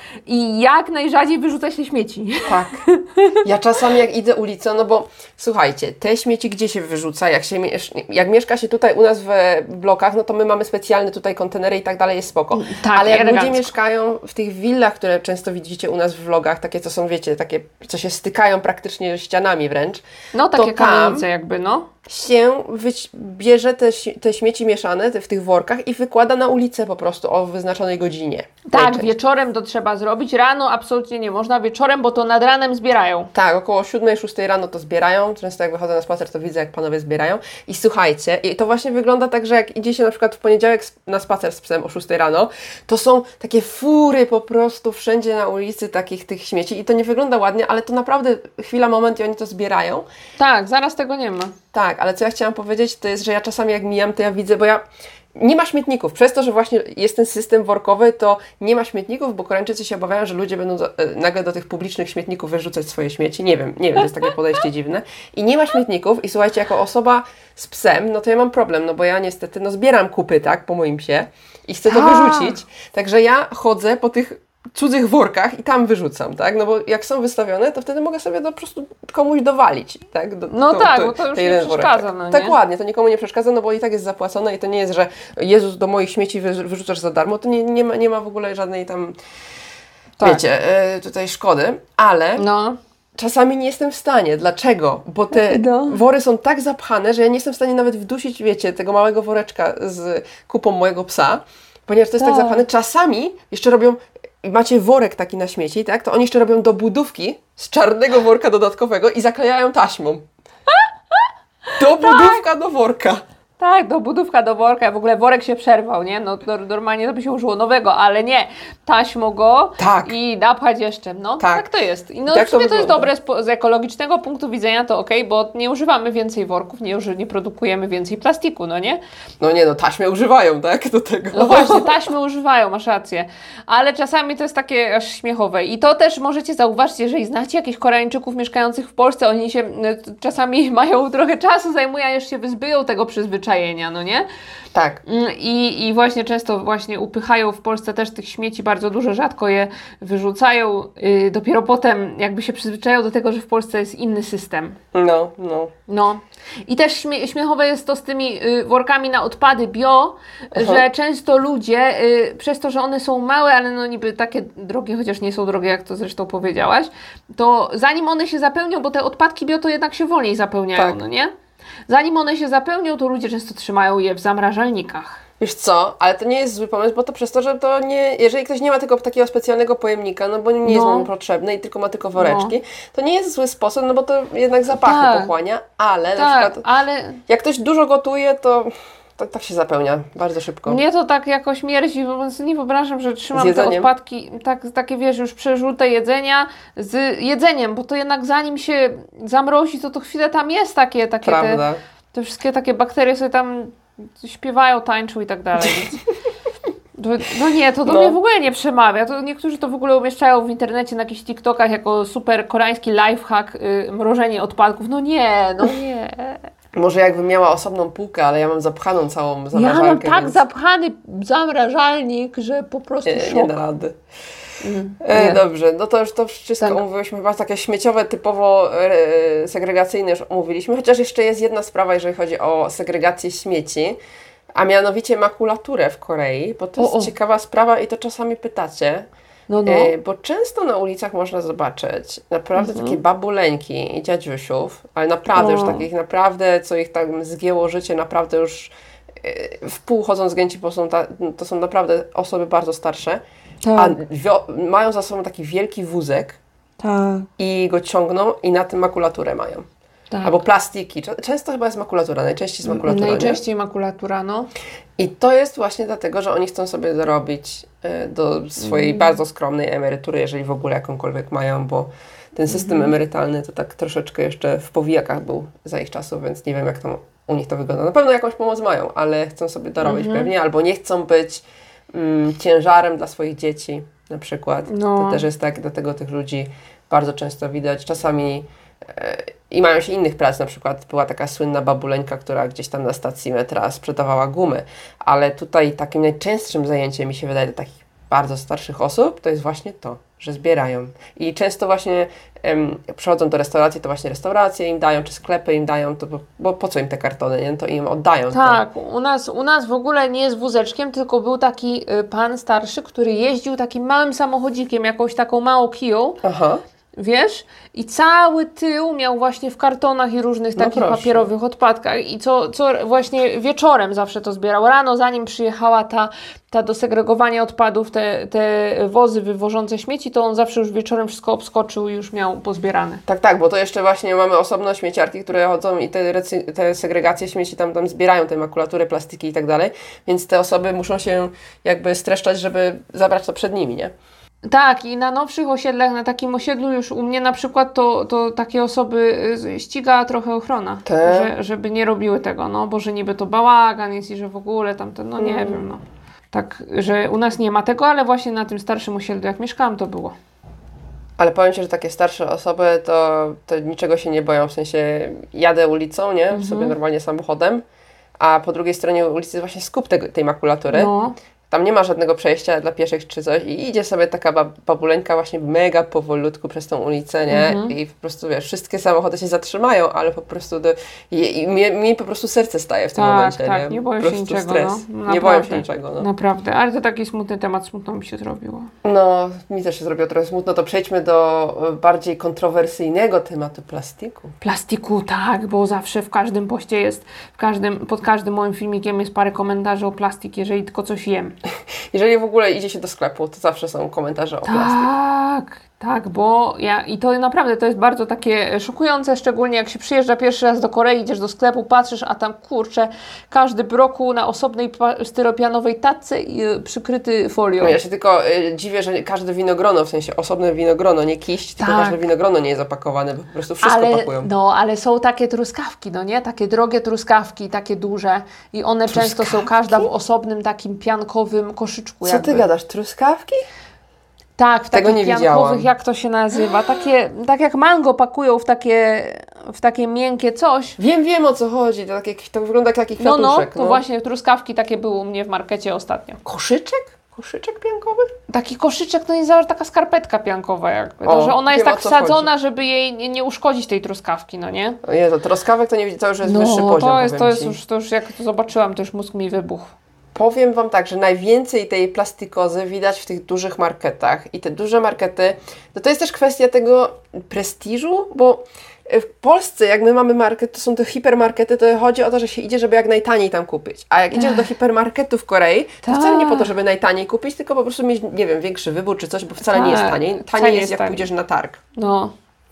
I jak najrzadziej wyrzucać te śmieci. Tak. Ja czasami jak idę ulicą, no bo słuchajcie, te śmieci gdzie się wyrzuca? Jak, się, jak mieszka się tutaj u nas w blokach, no to my mamy specjalne tutaj kontenery i tak dalej, jest spoko. Tak, ale jak elegancko. ludzie mieszkają w tych willach, które często widzicie u nas w vlogach, takie co są, wiecie, takie co się stykają praktycznie ścianami wręcz. No takie to tam kamienice jakby, no. się wyć- bierze te, te śmieci mieszane te, w tych workach i wykłada na ulicę po prostu o wyznaczonej godzinie. Tak, najczęściej. wieczorem to trzeba zrobić, rano absolutnie nie można, wieczorem, bo to nad ranem zbierają. Tak, około siódmej, szóstej rano to zbierają. Często jak wychodzę na spacer, to widzę, jak panowie zbierają. I słuchajcie, i to właśnie wygląda tak, że jak idzie się na przykład w poniedziałek na spacer z psem o szóstej rano, to są takie fury po prostu wszędzie na ulicy takich tych śmieci i to nie wygląda ładnie, ale to naprawdę chwila, moment i oni to zbierają. Tak, zaraz tego nie ma. Tak, ale co ja chciałam powiedzieć, to jest, że ja czasami jak mijam, to ja widzę, bo ja... Nie ma śmietników. Przez to, że właśnie jest ten system workowy, to nie ma śmietników, bo Koreańczycy się obawiają, że ludzie będą do, nagle do tych publicznych śmietników wyrzucać swoje śmieci. Nie wiem, nie wiem, to jest takie podejście dziwne. I nie ma śmietników i słuchajcie, jako osoba z psem, no to ja mam problem, no bo ja niestety, no zbieram kupy, tak, po moim psie i chcę to A. wyrzucić. Także ja chodzę po tych cudzych workach i tam wyrzucam, tak? No bo jak są wystawione, to wtedy mogę sobie to po prostu komuś dowalić, tak? Do, No to, tak, to, bo to już to nie jeden przeszkadza, woreczek. no nie? Tak, ładnie, to nikomu nie przeszkadza, no bo i tak jest zapłacone i to nie jest, że Jezus, do moich śmieci wy, wyrzucasz za darmo, to nie, nie, ma, nie ma w ogóle żadnej tam, Tak. wiecie, y, tutaj szkody, ale... No. Czasami nie jestem w stanie. Dlaczego? Bo te No. wory są tak zapchane, że ja nie jestem w stanie nawet wdusić, wiecie, tego małego woreczka z kupą mojego psa, ponieważ to jest tak, Tak. zapchane. Czasami jeszcze robią, macie worek taki na śmieci, tak? To oni jeszcze robią do budówki z czarnego worka dodatkowego i zaklejają taśmą. Dobudówka do worka. Tak, do budówka do worka, w ogóle worek się przerwał, nie? No to normalnie to by się użyło nowego, ale nie, taśmo go Tak. i napchać jeszcze, no Tak. tak to jest. I no Tak w to sumie to jest wygląda. dobre z, po- z ekologicznego punktu widzenia, to okej, bo nie używamy więcej worków, nie, uży, nie produkujemy więcej plastiku, no nie? No nie no, taśmę używają, tak? Do tego. No właśnie, taśmy używają, masz rację, ale czasami to jest takie aż śmiechowe i to też możecie zauważyć, jeżeli znacie jakichś Koreańczyków mieszkających w Polsce, oni się y, czasami mają trochę czasu, zajmują, aż się wyzbyją tego przyzwyczajenia, no nie? Tak. I, I właśnie często właśnie upychają w Polsce też tych śmieci bardzo dużo, rzadko je wyrzucają. Yy, dopiero potem jakby się przyzwyczają do tego, że w Polsce jest inny system. No, no. No. I też śmie- śmiechowe jest to z tymi y, workami na odpady bio, Aha. że często ludzie, y, przez to, że one są małe, ale no niby takie drogie, chociaż nie są drogie, jak to zresztą powiedziałaś, to zanim one się zapełnią, bo te odpadki bio to jednak się wolniej zapełniają, Tak. no nie? Zanim one się zapełnią, to ludzie często trzymają je w zamrażalnikach. Wiesz co, ale to nie jest zły pomysł, bo to przez to, że to nie, jeżeli ktoś nie ma tego takiego specjalnego pojemnika, no bo nie jest No. mu potrzebny i tylko ma tylko woreczki, to nie jest zły sposób, no bo to jednak zapachy Tak. pochłania, ale na Tak, przykład ale jak ktoś dużo gotuje, to to tak się zapełnia bardzo szybko. mnie to tak jakoś mierzi, więc nie wyobrażam, że Z trzymam te jedzeniem? odpadki, tak, takie wiesz, już przeżute jedzenia z jedzeniem, bo to jednak zanim się zamrozi, to to chwilę tam jest takie, takie te, Prawda. te wszystkie takie bakterie sobie tam śpiewają, tańczą i tak dalej. Więc to, no nie, to do No. mnie w ogóle nie przemawia. To niektórzy to w ogóle umieszczają w internecie na jakichś TikTokach jako super koreański lifehack, y, mrożenie odpadków. No nie, no nie. Może jakbym miała osobną półkę, ale ja mam zapchaną całą Ja mam zamrażalkę, tak więc zapchany zamrażalnik, że po prostu nie, szok. nie da rady. Mm, E, nie. dobrze, no to już to wszystko Tak. omówiłyśmy, chyba takie śmieciowe, typowo e, segregacyjne już omówiliśmy, chociaż jeszcze jest jedna sprawa, jeżeli chodzi o segregację śmieci, a mianowicie makulaturę w Korei, bo to jest O, o. ciekawa sprawa i to czasami pytacie, No, no. e, bo często na ulicach można zobaczyć naprawdę Mhm. takie babuleńki i dziadziusiów, ale naprawdę już O. takich naprawdę, co ich tam zgięło życie, naprawdę już e, w pół chodzą zgięci, bo są ta, to są naprawdę osoby bardzo starsze, a Tak, wio- mają za sobą taki wielki wózek tak. i go ciągną i na tym makulaturę mają. Tak. Albo plastiki. Często chyba jest makulatura, najczęściej jest makulatura. Najczęściej nie? makulatura, no. I to jest właśnie dlatego, że oni chcą sobie zarobić do swojej mm. bardzo skromnej emerytury, jeżeli w ogóle jakąkolwiek mają, bo ten system mm. emerytalny to tak troszeczkę jeszcze w powijakach był za ich czasów, więc nie wiem, jak tam u nich to wygląda. Na pewno jakąś pomoc mają, ale chcą sobie dorobić mm-hmm. pewnie, albo nie chcą być mm, ciężarem dla swoich dzieci na przykład. No. To też jest tak, dlatego tych ludzi bardzo często widać. Czasami e, i mają się innych prac, na przykład była taka słynna babuleńka, która gdzieś tam na stacji metra sprzedawała gumy, ale tutaj takim najczęstszym zajęciem mi się wydaje dla takich bardzo starszych osób, to jest właśnie to, że zbierają. I często właśnie um, przychodzą do restauracji, to właśnie restauracje im dają, czy sklepy im dają, to bo, bo po co im te kartony, nie? To im oddają. Tak, to. u nas, u nas w ogóle nie jest wózeczkiem, tylko był taki y, pan starszy, który jeździł takim małym samochodzikiem, jakąś taką małą kiją. Aha. Wiesz? I cały tył miał właśnie w kartonach i różnych no takich proszę. papierowych odpadkach. I co, co właśnie wieczorem zawsze to zbierał. Rano, zanim przyjechała ta, ta do segregowania odpadów, te, te wozy wywożące śmieci, to on zawsze już wieczorem wszystko obskoczył i już miał pozbierane. Tak, tak, bo to jeszcze właśnie mamy osobno śmieciarki, które chodzą i te, recy- te segregacje śmieci tam, tam zbierają, te makulatury, plastiki i tak dalej. Więc te osoby muszą się jakby streszczać, żeby zabrać to przed nimi, nie? Tak, i na nowszych osiedlach, na takim osiedlu już u mnie na przykład, to, to takie osoby ściga trochę ochrona, że, żeby nie robiły tego, no, bo że niby to bałagan jest i że w ogóle tamten, no nie mm. wiem, no. Tak, że u nas nie ma tego, ale właśnie na tym starszym osiedlu, jak mieszkałam, to było. Ale powiem Ci, że takie starsze osoby to, to niczego się nie boją, w sensie jadę ulicą, nie, mm-hmm. sobie normalnie samochodem, a po drugiej stronie ulicy jest właśnie skup tego, tej makulatury. No. Tam nie ma żadnego przejścia dla pieszych czy coś i idzie sobie taka bab- babuleńka właśnie mega powolutku przez tą ulicę, nie? Mhm. I po prostu, wiesz, wszystkie samochody się zatrzymają, ale po prostu do, i, i mi, mi po prostu serce staje w tym tak, momencie, tak, nie? nie boję się niczego, stres. No. Nie boję się niczego, no. Naprawdę, ale to taki smutny temat, smutno mi się zrobiło. No, mi też się zrobiło trochę smutno, to przejdźmy do bardziej kontrowersyjnego tematu plastiku. Plastiku, tak, bo zawsze w każdym poście jest, w każdym, pod każdym moim filmikiem jest parę komentarzy o plastik, jeżeli tylko coś jem. Jeżeli w ogóle idzie się do sklepu, to zawsze są komentarze o tak, plastik. Tak, tak, bo ja i to naprawdę to jest bardzo takie szokujące, szczególnie jak się przyjeżdża pierwszy raz do Korei, idziesz do sklepu, patrzysz, a tam kurczę, każdy brokuł na osobnej pa- styropianowej tacce i y, przykryty folią. No ja się tylko y, dziwię, że każde winogrono, w sensie osobne winogrono, nie kiść, tak. tylko każde winogrono nie jest opakowane, bo po prostu wszystko ale, pakują. No, ale są takie truskawki, no nie? Takie drogie truskawki, takie duże i one truskawki? często są każda w osobnym takim piankowym koszyczku. Co jakby. ty gadasz, truskawki? Tak, w Tego takich nie piankowych, widziałam. jak to się nazywa, takie, tak jak mango pakują w takie, w takie miękkie coś. Wiem, wiem o co chodzi, to, takie, to wygląda jak taki kwiatuszek. No, no, to no. właśnie truskawki takie były u mnie w markecie ostatnio. Koszyczek? Koszyczek piankowy? Taki koszyczek, no jest taka skarpetka piankowa jakby, o, to, że ona jest tak wsadzona, chodzi. żeby jej nie, nie uszkodzić tej truskawki, no nie? O Jezu, truskawek to nie widzi, to już jest no, wyższy poziom, to jest, to jest ci. już, to już jak to zobaczyłam, to już mózg mi wybuchł. Powiem Wam tak, że najwięcej tej plastikozy widać w tych dużych marketach i te duże markety, no to jest też kwestia tego prestiżu, bo w Polsce jak my mamy market, to są te hipermarkety, to chodzi o to, że się idzie, żeby jak najtaniej tam kupić, a jak idziesz do hipermarketu w Korei, to tak. wcale nie po to, żeby najtaniej kupić, tylko po prostu mieć, nie wiem, większy wybór czy coś, bo wcale tak. nie jest taniej, taniej jest, jest jak taniej. pójdziesz na targ. No.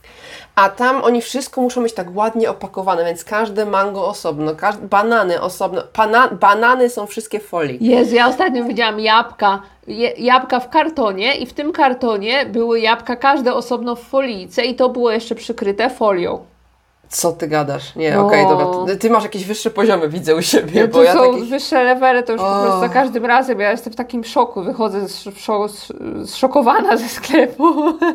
A tam oni wszystko muszą być tak ładnie opakowane, więc każde mango osobno, każde, banany osobno, pana, banany są wszystkie w folii. Jezu, ja ostatnio widziałam jabłka, je, jabłka w kartonie i w tym kartonie były jabłka każde osobno w folijce i to było jeszcze przykryte folią. Co ty gadasz? Nie, no. okej, okay, dobra. Ty, ty masz jakieś wyższe poziomy, widzę u siebie. No bo ja są takich... wyższe levely, to już oh. po prostu za każdym razem ja jestem w takim szoku, wychodzę zszokowana ze sklepu.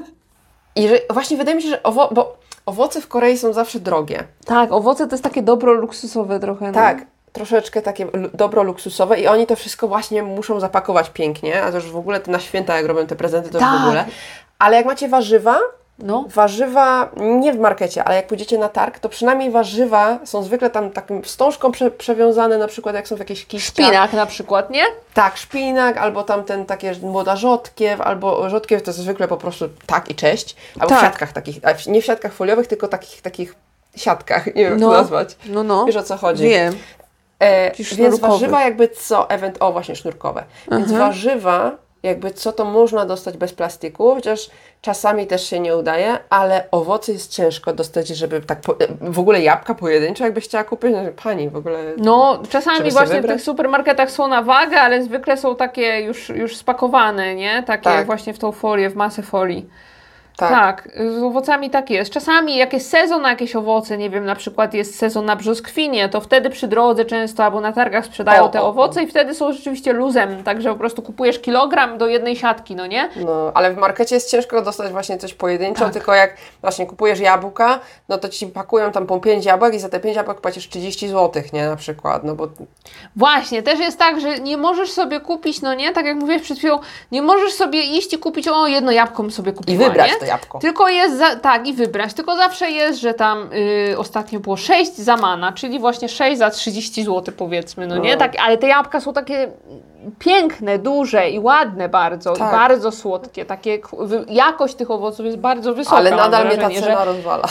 I że, właśnie wydaje mi się, że owo, bo owoce w Korei są zawsze drogie. Tak, owoce to jest takie dobro luksusowe trochę. Tak, no. troszeczkę takie dobro luksusowe i oni to wszystko właśnie muszą zapakować pięknie, a to już w ogóle to na święta jak robią te prezenty, to tak. już w ogóle. Ale jak macie warzywa, no. warzywa nie w markecie, ale jak pójdziecie na targ, to przynajmniej warzywa są zwykle tam taką wstążką prze, przewiązane, na przykład jak są w jakiejś kiściach. Szpinak na przykład, nie? Tak, szpinak, albo tam ten takie młoda rzodkiew, albo rzodkiew to jest zwykle po prostu tak i cześć, albo tak. w siatkach takich, nie w siatkach foliowych, tylko takich, takich siatkach, nie wiem jak no. to nazwać. No, no. Wiesz o co chodzi? Wiem. E, więc warzywa jakby co, ewent- o właśnie sznurkowe, uh-huh. więc warzywa jakby co to można dostać bez plastiku, chociaż czasami też się nie udaje, ale owoce jest ciężko dostać, żeby tak po, w ogóle jabłka pojedyncze jakbyś chciała kupić, no, pani w ogóle... No czasami właśnie wybrać? w tych supermarketach są na wagę, ale zwykle są takie już, już spakowane, nie? Takie tak. właśnie w tą folię, w masę folii. Tak. tak, z owocami tak jest. Czasami jak jest sezon na jakieś owoce, nie wiem, na przykład jest sezon na brzoskwinie, to wtedy przy drodze często albo na targach sprzedają O, te o, owoce o. i wtedy są rzeczywiście luzem, także po prostu kupujesz kilogram do jednej siatki, no nie? No, ale w markecie jest ciężko dostać właśnie coś pojedynczo, Tak. tylko jak właśnie kupujesz jabłka, no to ci pakują tam po pięć jabłek i za te pięć jabłek płacisz trzydzieści złotych, nie? Na przykład, no bo... Właśnie, też jest tak, że nie możesz sobie kupić, no nie, tak jak mówiłeś przed chwilą, nie możesz sobie iść i kupić, o jedno jabłko bym sobie kupiła, I wybrać nie? to jabłko. Tylko jest, za, tak i wybrać, tylko zawsze jest, że tam y, ostatnio było sześć za mana, czyli właśnie sześć za trzydzieści złotych powiedzmy, no, no nie, tak, ale te jabłka są takie piękne, duże i ładne bardzo, tak. i bardzo słodkie, takie, jakość tych owoców jest bardzo wysoka. Ale nadal mnie ta wrażenie, cena że... rozwala.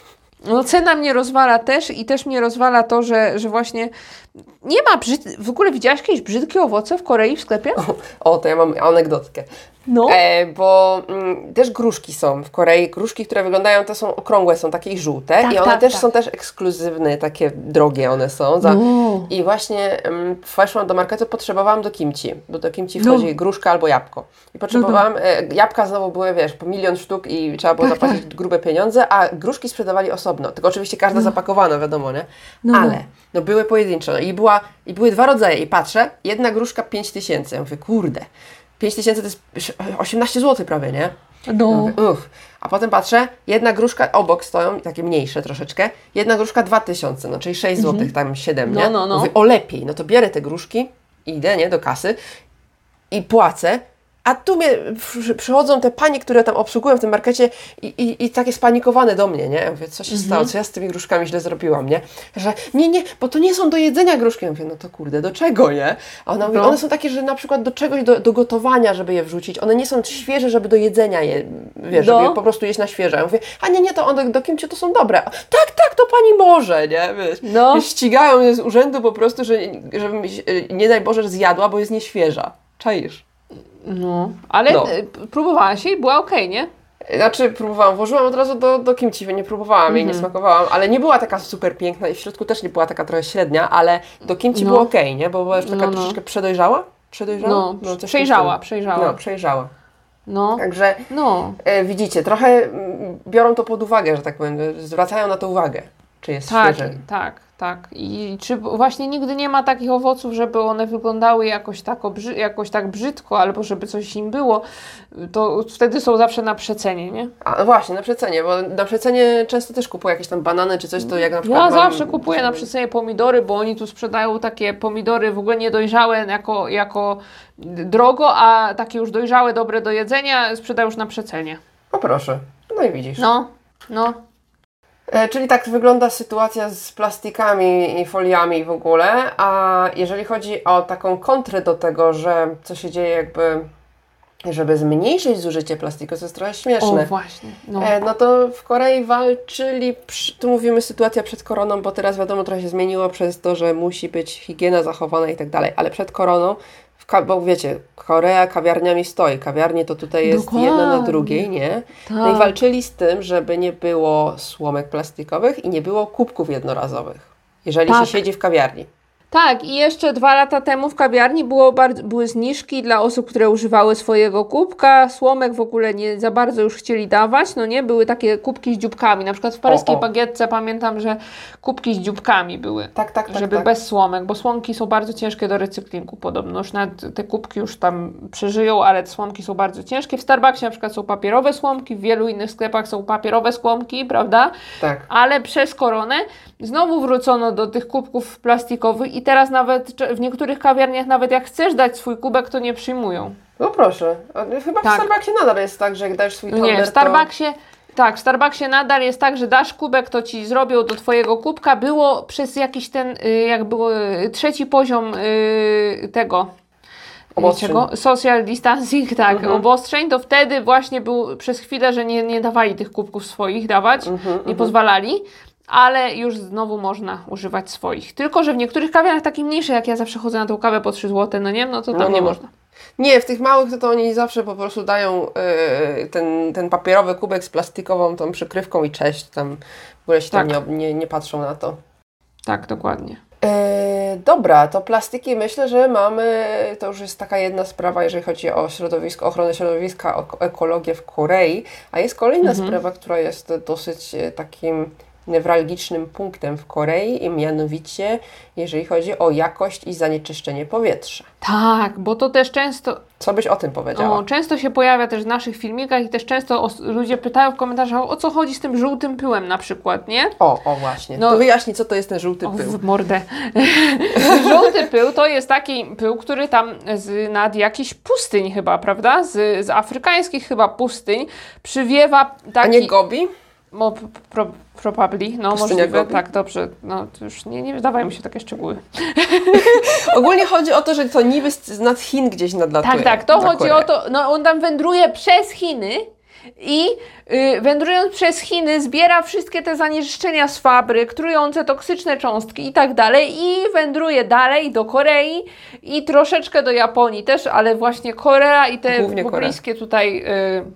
No cena mnie rozwala też i też mnie rozwala to, że, że właśnie nie ma brzyd... W ogóle widziałaś jakieś brzydkie owoce w Korei w sklepie? O, to ja mam anegdotkę. No. E, bo mm, też gruszki są w Korei. Gruszki, które wyglądają, to są okrągłe, są takie i żółte. Tak, I one tak, też tak. są też ekskluzywne, takie drogie one są. Za... No. I właśnie um, weszłam do marketu, potrzebowałam do kimchi, bo do kimchi wchodzi no. gruszka albo jabłko. I potrzebowałam, no, no. E, jabłka znowu były, wiesz, po milion sztuk i trzeba było tak, zapłacić tak. grube pieniądze, a gruszki sprzedawali osobno. Tylko oczywiście każda no. zapakowana, wiadomo, nie? No. Ale no były pojedyncze. No, i, była, I były dwa rodzaje. I patrzę, jedna gruszka pięć tysięcy. Ja mówię, kurde. pięć tysięcy to jest osiemnaście złotych prawie, nie? No. Ja mówię, uff. A potem patrzę, jedna gruszka, obok stoją, takie mniejsze troszeczkę, jedna gruszka dwa tysiące, no czyli sześć złotych, tam siedem, no, nie? No, no. Mówię, o lepiej, no to bierę te gruszki, idę, nie, do kasy i płacę, a tu mnie przy, przychodzą te panie, które tam obsługują w tym markecie i, i, i takie spanikowane do mnie, nie? Ja mówię, co się Mhm. stało, co ja z tymi gruszkami źle zrobiłam, nie? Że nie, nie, bo to nie są do jedzenia gruszki. Ja mówię, no to kurde, do czego, nie? A ona mówi, No. one są takie, że na przykład do czegoś, do, do gotowania, żeby je wrzucić. One nie są świeże, żeby do jedzenia je, wiesz, No. żeby je po prostu jeść na świeże. Ja mówię, a nie, nie, to one do kimchi to są dobre. Tak, tak, to pani może, nie? Wiesz, No. ścigają mnie z urzędu po prostu, że, żebym, nie daj Boże, zjadła, bo jest nieświeża. Czaisz? No, ale No. próbowałaś i była okej, nie? Znaczy próbowałam, włożyłam od razu do, do kimchi, nie próbowałam mm-hmm. jej, nie smakowałam, ale nie była taka super piękna i w środku też nie była taka trochę średnia, ale do kimchi No. było okej, okay, nie? Bo była już taka No, no. troszeczkę przedojrzała? Przedojrzała? No, no coś przejrzała, tym. przejrzała. No, przejrzała. No, Także no. e, widzicie, trochę mm, biorą to pod uwagę, że tak powiem, zwracają na to uwagę, czy jest Tak, świeże. tak, tak. I czy właśnie nigdy nie ma takich owoców, żeby one wyglądały jakoś tak, obrzy- jakoś tak brzydko, albo żeby coś im było, to wtedy są zawsze na przecenie, nie? A no właśnie, na przecenie, bo na przecenie często też kupuję jakieś tam banany czy coś, to jak na przykład Ja mam, zawsze kupuję na przecenie pomidory, bo oni tu sprzedają takie pomidory w ogóle niedojrzałe jako, jako drogo, a takie już dojrzałe, dobre do jedzenia sprzedają już na przecenie. O proszę, no i widzisz. No, no. E, czyli tak wygląda sytuacja z plastikami i foliami w ogóle, a jeżeli chodzi o taką kontrę do tego, że co się dzieje jakby, żeby zmniejszyć zużycie plastiku, to jest trochę śmieszne. O, właśnie. No, e, no to w Korei walczyli, przy, tu mówimy sytuacja przed koroną, bo teraz wiadomo trochę się zmieniło przez to, że musi być higiena zachowana i tak dalej, ale przed koroną, w ka- bo wiecie, Korea kawiarniami stoi, kawiarnie to tutaj jest Dokładnie. jedna na drugiej, nie? tak. No i walczyli z tym, żeby nie było słomek plastikowych i nie było kubków jednorazowych, jeżeli Tak. się siedzi w kawiarni. Tak, i jeszcze dwa lata temu w kawiarni było bardzo, były zniżki dla osób, które używały swojego kubka. Słomek w ogóle nie za bardzo już chcieli dawać, no nie? Były takie kubki z dzióbkami. Na przykład w paryskiej O, o. bagietce pamiętam, że kubki z dzióbkami były. Tak, tak, tak. Żeby tak. bez słomek, bo słomki są bardzo ciężkie do recyklingu podobno. Już nawet te kubki już tam przeżyją, ale słomki są bardzo ciężkie. W Starbucksie na przykład są papierowe słomki, w wielu innych sklepach są papierowe słomki, prawda? Tak. Ale przez koronę znowu wrócono do tych kubków plastikowych i teraz nawet w niektórych kawiarniach nawet jak chcesz dać swój kubek, to nie przyjmują. No proszę, a chyba Tak. w Starbucksie nadal jest tak, że jak dajesz swój tumbler, Nie, w Starbucksie, tak, w Starbucksie nadal jest tak, że dasz kubek, to Ci zrobią do Twojego kubka. Było przez jakiś ten, y, jak było, y, trzeci poziom y, tego... Obostrzeń. Czego? Social distancing, tak, Mhm. obostrzeń, to wtedy właśnie był przez chwilę, że nie, nie dawali tych kubków swoich dawać, Mhm, nie mhm. pozwalali, ale już znowu można używać swoich. Tylko że w niektórych kawiarniach takich mniejszych, jak ja zawsze chodzę na tą kawę po trzy złote, no nie, no to tam No, no, nie no. można. Nie, w tych małych to, to oni zawsze po prostu dają yy, ten, ten papierowy kubek z plastikową tą przykrywką i cześć. Tam w ogóle się tak. tam nie, nie, nie patrzą na to. Tak, dokładnie. Yy, dobra, to plastiki myślę, że mamy, to już jest taka jedna sprawa, jeżeli chodzi o środowisko, ochronę środowiska, o ekologię w Korei, a jest kolejna mhm. sprawa, która jest dosyć takim newralgicznym punktem w Korei i mianowicie jeżeli chodzi o jakość i zanieczyszczenie powietrza. Tak, bo to też często... Co byś o tym powiedziała? O, często się pojawia też w naszych filmikach i też często os- ludzie pytają w komentarzach, o co chodzi z tym żółtym pyłem na przykład, nie? O, o właśnie. No, to wyjaśnij, co to jest ten żółty o, pył. W mordę. Żółty pył to jest taki pył, który tam z nad jakichś pustyń chyba, prawda? Z, z afrykańskich chyba pustyń przywiewa taki... A nie Gobi? Mo, pro, probably, no Pustynia możliwe, Gobi? tak, dobrze, no to już nie, nie wydawają mi się takie szczegóły. Ogólnie chodzi o to, że to niby z nad Chin gdzieś nadlatuje. Tak, tak, to chodzi Koreę. o to, no on tam wędruje przez Chiny i yy, wędrując przez Chiny zbiera wszystkie te zanieczyszczenia z fabryk, trujące toksyczne cząstki i tak dalej i wędruje dalej do Korei i troszeczkę do Japonii też, ale właśnie Korea i te pobliskie tutaj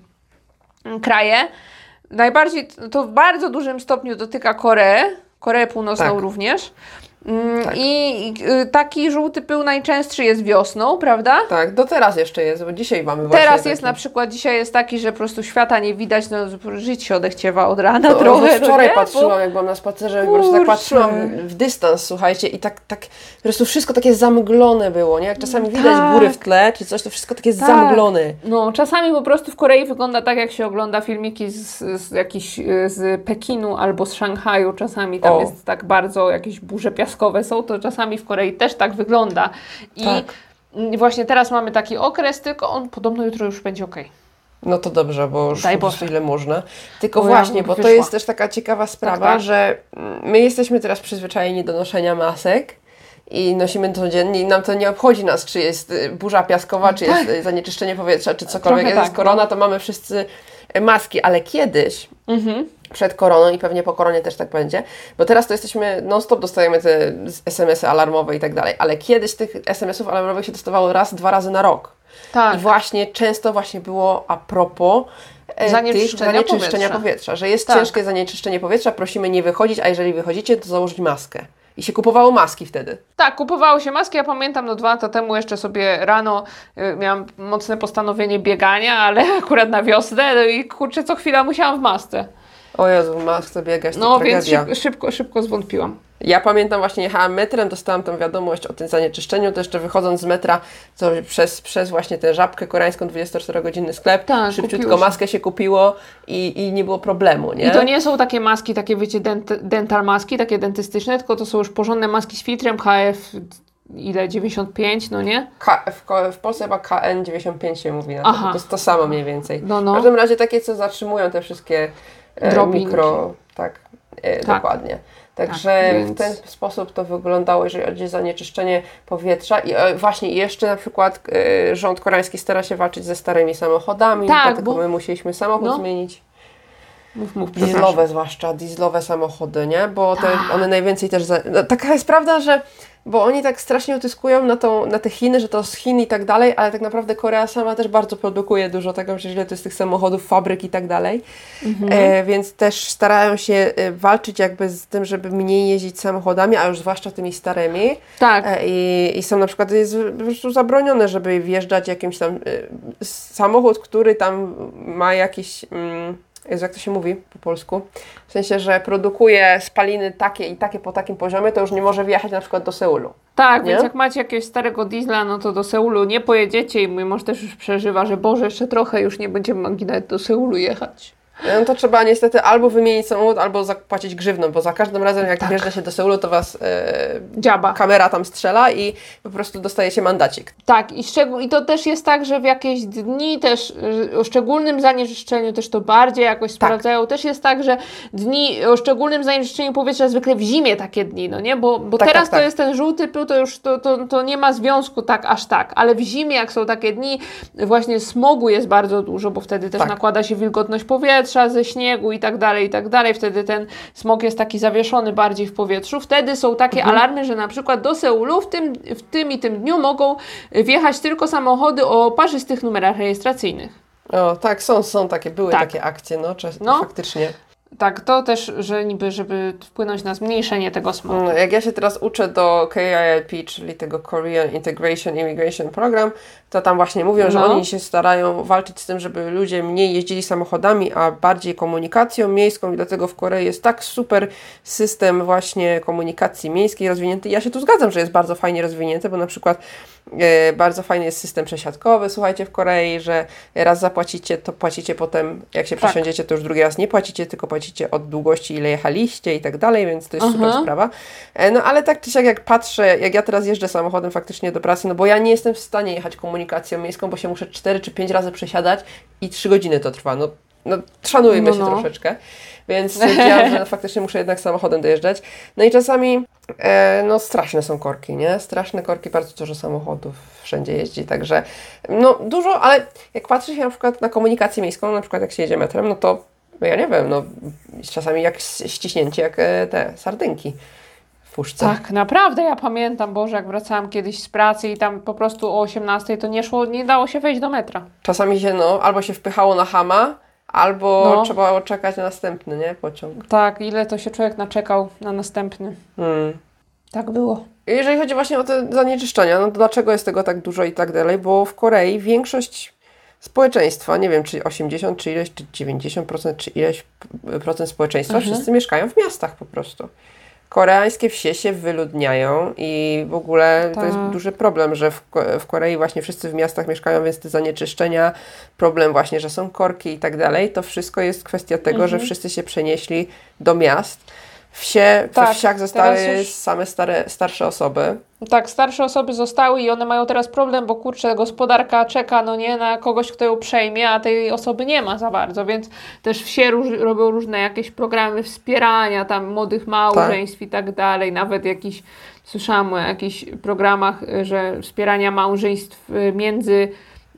yy, kraje. Najbardziej to w bardzo dużym stopniu dotyka Koreę, Koreę Północną tak. również. Mm, tak. I y, taki żółty pył najczęstszy jest wiosną, prawda? Tak, do teraz jeszcze jest, bo dzisiaj mamy właśnie Teraz taki... jest na przykład, dzisiaj jest taki, że po prostu świata nie widać, no żyć się odechciewa od rana no, trochę. Wczoraj no patrzyłam, bo... jak byłam na spacerze, po prostu tak patrzyłam w dystans, słuchajcie, i tak, tak po prostu wszystko takie zamglone było, nie? Jak czasami widać tak. góry w tle, czy coś, to wszystko takie tak. zamglone. No, czasami po prostu w Korei wygląda tak, jak się ogląda filmiki z, z jakichś, z Pekinu albo z Szanghaju, czasami tam o. jest tak bardzo jakieś burze piaskowe są, to czasami w Korei też tak wygląda. I tak. właśnie teraz mamy taki okres, tylko on podobno jutro już będzie okej. No to dobrze, bo już Daj po prostu ile można. Tylko bo właśnie, ja bo wyszła. to jest też taka ciekawa sprawa, tak, tak. że my jesteśmy teraz przyzwyczajeni do noszenia masek i nosimy to codziennie i nam to nie obchodzi nas, czy jest burza piaskowa, czy tak. jest zanieczyszczenie powietrza, czy cokolwiek. Jak tak, jest korona, to mamy wszyscy maski, ale kiedyś... Mhm. Przed koroną i pewnie po koronie też tak będzie, bo teraz to jesteśmy, non-stop dostajemy te es em esy alarmowe i tak dalej, ale kiedyś tych es em esów alarmowych się dostawało raz, dwa razy na rok. Tak. I właśnie często właśnie było a propos e, zanieczyszczenia, tych zanieczyszczenia powietrza. powietrza, że jest tak. ciężkie zanieczyszczenie powietrza, prosimy nie wychodzić, a jeżeli wychodzicie, to założyć maskę. I się kupowało maski wtedy. Tak, kupowało się maski. Ja pamiętam, no dwa lata temu jeszcze sobie rano y, miałam mocne postanowienie biegania, ale akurat na wiosnę, no i kurczę, co chwila musiałam w masce. O Jezu, w masce biegać, to no, tragedia. No więc szybko, szybko zwątpiłam. Ja pamiętam, właśnie jechałam metrem, dostałam tą wiadomość o tym zanieczyszczeniu, to jeszcze wychodząc z metra, to przez, przez właśnie tę Żabkę koreańską, dwudziestoczterogodzinny sklep, tak, szybciutko maskę się kupiło i, i nie było problemu, nie? I to nie są takie maski, takie wiecie, dent, dental maski, takie dentystyczne, tylko to są już porządne maski z filtrem H F, ile, dziewięćdziesiąt pięć, no nie? K, w, w Polsce chyba K N dziewięćdziesiąt pięć się mówi na to, to jest to samo mniej więcej. No, no. W każdym razie takie, co zatrzymują te wszystkie e, mikro, tak, e, tak. dokładnie. Także tak, więc... w ten sposób to wyglądało, jeżeli chodzi o zanieczyszczenie powietrza. I e, właśnie jeszcze na przykład e, rząd koreański stara się walczyć ze starymi samochodami, tak, dlatego bo... my musieliśmy samochód no. zmienić. Mów, mów, dieslowe zwłaszcza, dieslowe samochody, nie? Bo te, tak. one najwięcej też... Za... No, taka jest prawda, że bo oni tak strasznie utyskują na, tą, na te Chiny, że to z Chin i tak dalej, ale tak naprawdę Korea sama też bardzo produkuje dużo tego, że źle to jest tych samochodów, fabryk i tak dalej. Mhm. E, więc też starają się e, walczyć jakby z tym, żeby mniej jeździć samochodami, a już zwłaszcza tymi starymi. Tak. E, i, I są na przykład, jest po prostu zabronione, żeby wjeżdżać jakimś tam e, samochód, który tam ma jakiś... Mm, Jezu, jak to się mówi po polsku? W sensie, że produkuje spaliny takie i takie po takim poziomie, to już nie może wjechać na przykład do Seulu. Tak, nie? Więc jak macie jakiegoś starego diesla, no to do Seulu nie pojedziecie i mój mąż też już przeżywa, że Boże, jeszcze trochę już nie będziemy mogli nawet do Seulu jechać. No to trzeba niestety albo wymienić samochód, albo zapłacić grzywną, bo za każdym razem jak tak. wjeżdża się do Seulu, to was e, dziaba. Kamera tam strzela i po prostu dostajecie mandacik. Tak, i, szczeg- i to też jest tak, że w jakieś dni też o szczególnym zanieczyszczeniu też to bardziej jakoś sprawdzają. Tak. Też jest tak, że dni o szczególnym zanieczyszczeniu powietrza zwykle w zimie takie dni, no nie? Bo, bo tak, teraz tak, tak. to jest ten żółty pył, to już to, to, to nie ma związku tak aż tak, ale w zimie jak są takie dni, właśnie smogu jest bardzo dużo, bo wtedy też tak. nakłada się wilgotność powietrza, powietrza, ze śniegu i tak dalej, i tak dalej. Wtedy ten smog jest taki zawieszony bardziej w powietrzu. Wtedy są takie mhm. alarmy, że na przykład do Seulu w tym, w tym i tym dniu mogą wjechać tylko samochody o parzystych numerach rejestracyjnych. O, tak, są, są takie, były tak. takie akcje, no, czas, no. faktycznie. Tak, to też, że niby, żeby wpłynąć na zmniejszenie tego smogu. No, jak ja się teraz uczę do K I L P, czyli tego Korean Integration Immigration Program, to tam właśnie mówią, no. że oni się starają walczyć z tym, żeby ludzie mniej jeździli samochodami, a bardziej komunikacją miejską i dlatego w Korei jest tak super system właśnie komunikacji miejskiej rozwinięty. Ja się tu zgadzam, że jest bardzo fajnie rozwinięty, bo na przykład e, bardzo fajny jest system przesiadkowy, słuchajcie, w Korei, że raz zapłacicie, to płacicie potem, jak się tak. przesiądziecie, to już drugi raz nie płacicie, tylko płacicie od długości, ile jechaliście i tak dalej, więc to jest Aha. super sprawa. E, no ale tak czy siak, jak patrzę, jak ja teraz jeżdżę samochodem faktycznie do pracy, no bo ja nie jestem w stanie jechać komunikacją miejską, bo się muszę cztery czy pięć razy przesiadać i trzy godziny to trwa. No, no szanujmy no, się no. troszeczkę. Więc stwierdziłam, że faktycznie muszę jednak samochodem dojeżdżać. No i czasami e, no straszne są korki, nie? Straszne korki, bardzo dużo samochodów wszędzie jeździ, także no dużo, ale jak patrzy się na przykład na komunikację miejską, na przykład jak się jedzie metrem, no to no ja nie wiem, no czasami jak ściśnięcie jak e, te sardynki. Puszce. Tak, naprawdę, ja pamiętam, Boże, jak wracałam kiedyś z pracy i tam po prostu o osiemnastej to nie szło, nie dało się wejść do metra. Czasami się, no, albo się wpychało na chama, albo no. trzeba było czekać na następny, nie, pociąg. Tak, ile to się człowiek naczekał na następny. Hmm. Tak było. Jeżeli chodzi właśnie o te zanieczyszczenia, no to dlaczego jest tego tak dużo i tak dalej, bo w Korei większość społeczeństwa, nie wiem, czy osiemdziesiąt, czy ileś, czy dziewięćdziesiąt procent, czy ileś procent społeczeństwa, mhm. wszyscy mieszkają w miastach po prostu. Koreańskie wsie się wyludniają i w ogóle tak. to jest duży problem, że w, w Korei właśnie wszyscy w miastach mieszkają, więc te zanieczyszczenia, problem właśnie, że są korki i tak dalej, to wszystko jest kwestia tego, mhm. że wszyscy się przenieśli do miast. Wsie, tak, we wsiach zostały już... same stare, starsze osoby. Tak, starsze osoby zostały i one mają teraz problem, bo kurczę, gospodarka czeka, no nie, na kogoś, kto ją przejmie, a tej osoby nie ma za bardzo, więc też wsie róż, robią różne jakieś programy wspierania tam młodych małżeństw tak. i tak dalej, nawet jakiś, słyszałam o jakichś programach, że wspierania małżeństw między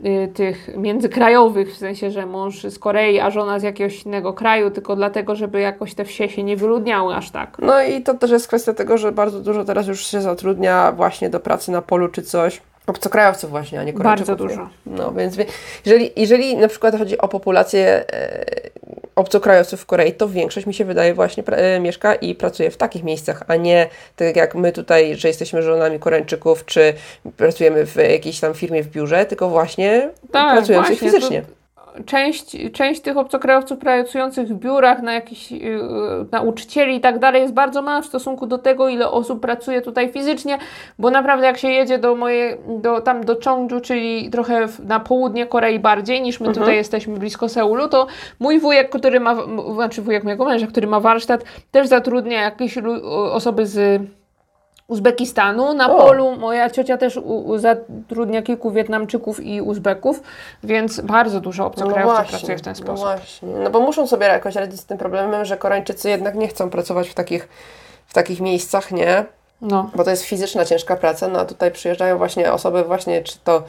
tych międzykrajowych, w sensie, że mąż z Korei, a żona z jakiegoś innego kraju, tylko dlatego, żeby jakoś te wsie się nie wyludniały aż tak. No i to też jest kwestia tego, że bardzo dużo teraz już się zatrudnia właśnie do pracy na polu czy coś. Obcokrajowców właśnie, a nie Koreańczyków. Bardzo dużo. No więc jeżeli, jeżeli na przykład chodzi o populację e, obcokrajowców w Korei, to większość mi się wydaje właśnie pra, e, mieszka i pracuje w takich miejscach, a nie tak jak my tutaj, że jesteśmy żonami Koreańczyków, czy pracujemy w jakiejś tam firmie w biurze, tylko właśnie tak, pracujących właśnie, fizycznie. To... Część, część tych obcokrajowców pracujących w biurach, na jakichś yy, nauczycieli i tak dalej jest bardzo mała w stosunku do tego, ile osób pracuje tutaj fizycznie, bo naprawdę jak się jedzie do mojej, do, tam do Cheongju, czyli trochę w, na południe Korei bardziej, niż my mhm. tutaj jesteśmy blisko Seulu, to mój wujek, który ma, znaczy wujek mojego męża, który ma warsztat, też zatrudnia jakieś osoby z Uzbekistanu. Na o. polu moja ciocia też u, u, zatrudnia kilku Wietnamczyków i Uzbeków, więc bardzo dużo obcokrajowców no pracuje w ten sposób. No właśnie, no bo muszą sobie jakoś radzić z tym problemem, że Koreańczycy jednak nie chcą pracować w takich, w takich miejscach, nie? No. Bo to jest fizyczna, ciężka praca, no a tutaj przyjeżdżają właśnie osoby właśnie, czy to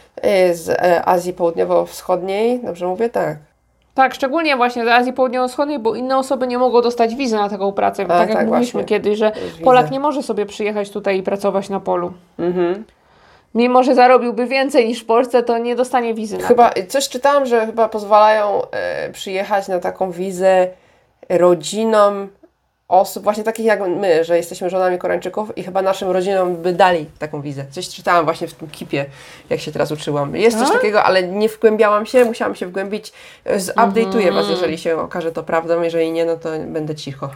z Azji Południowo-Wschodniej, dobrze mówię? Tak. Tak, szczególnie właśnie z Azji Południowo-Wschodniej, bo inne osoby nie mogą dostać wizy na taką pracę. A, tak jak tak, mówiliśmy właśnie. kiedyś, że Polak nie może sobie przyjechać tutaj i pracować na polu. Mhm. Mimo że zarobiłby więcej niż w Polsce, to nie dostanie wizy na Chyba to. Coś czytałam, że chyba pozwalają e, przyjechać na taką wizę rodzinom osób właśnie takich jak my, że jesteśmy żonami Koreańczyków i chyba naszym rodzinom by dali taką wizę. Coś czytałam właśnie w tym kipie, jak się teraz uczyłam. Jest coś A? takiego, ale nie wgłębiałam się, musiałam się wgłębić. Zupdate'uję mm. Was, jeżeli się okaże to prawdą, jeżeli nie, no to będę cicho.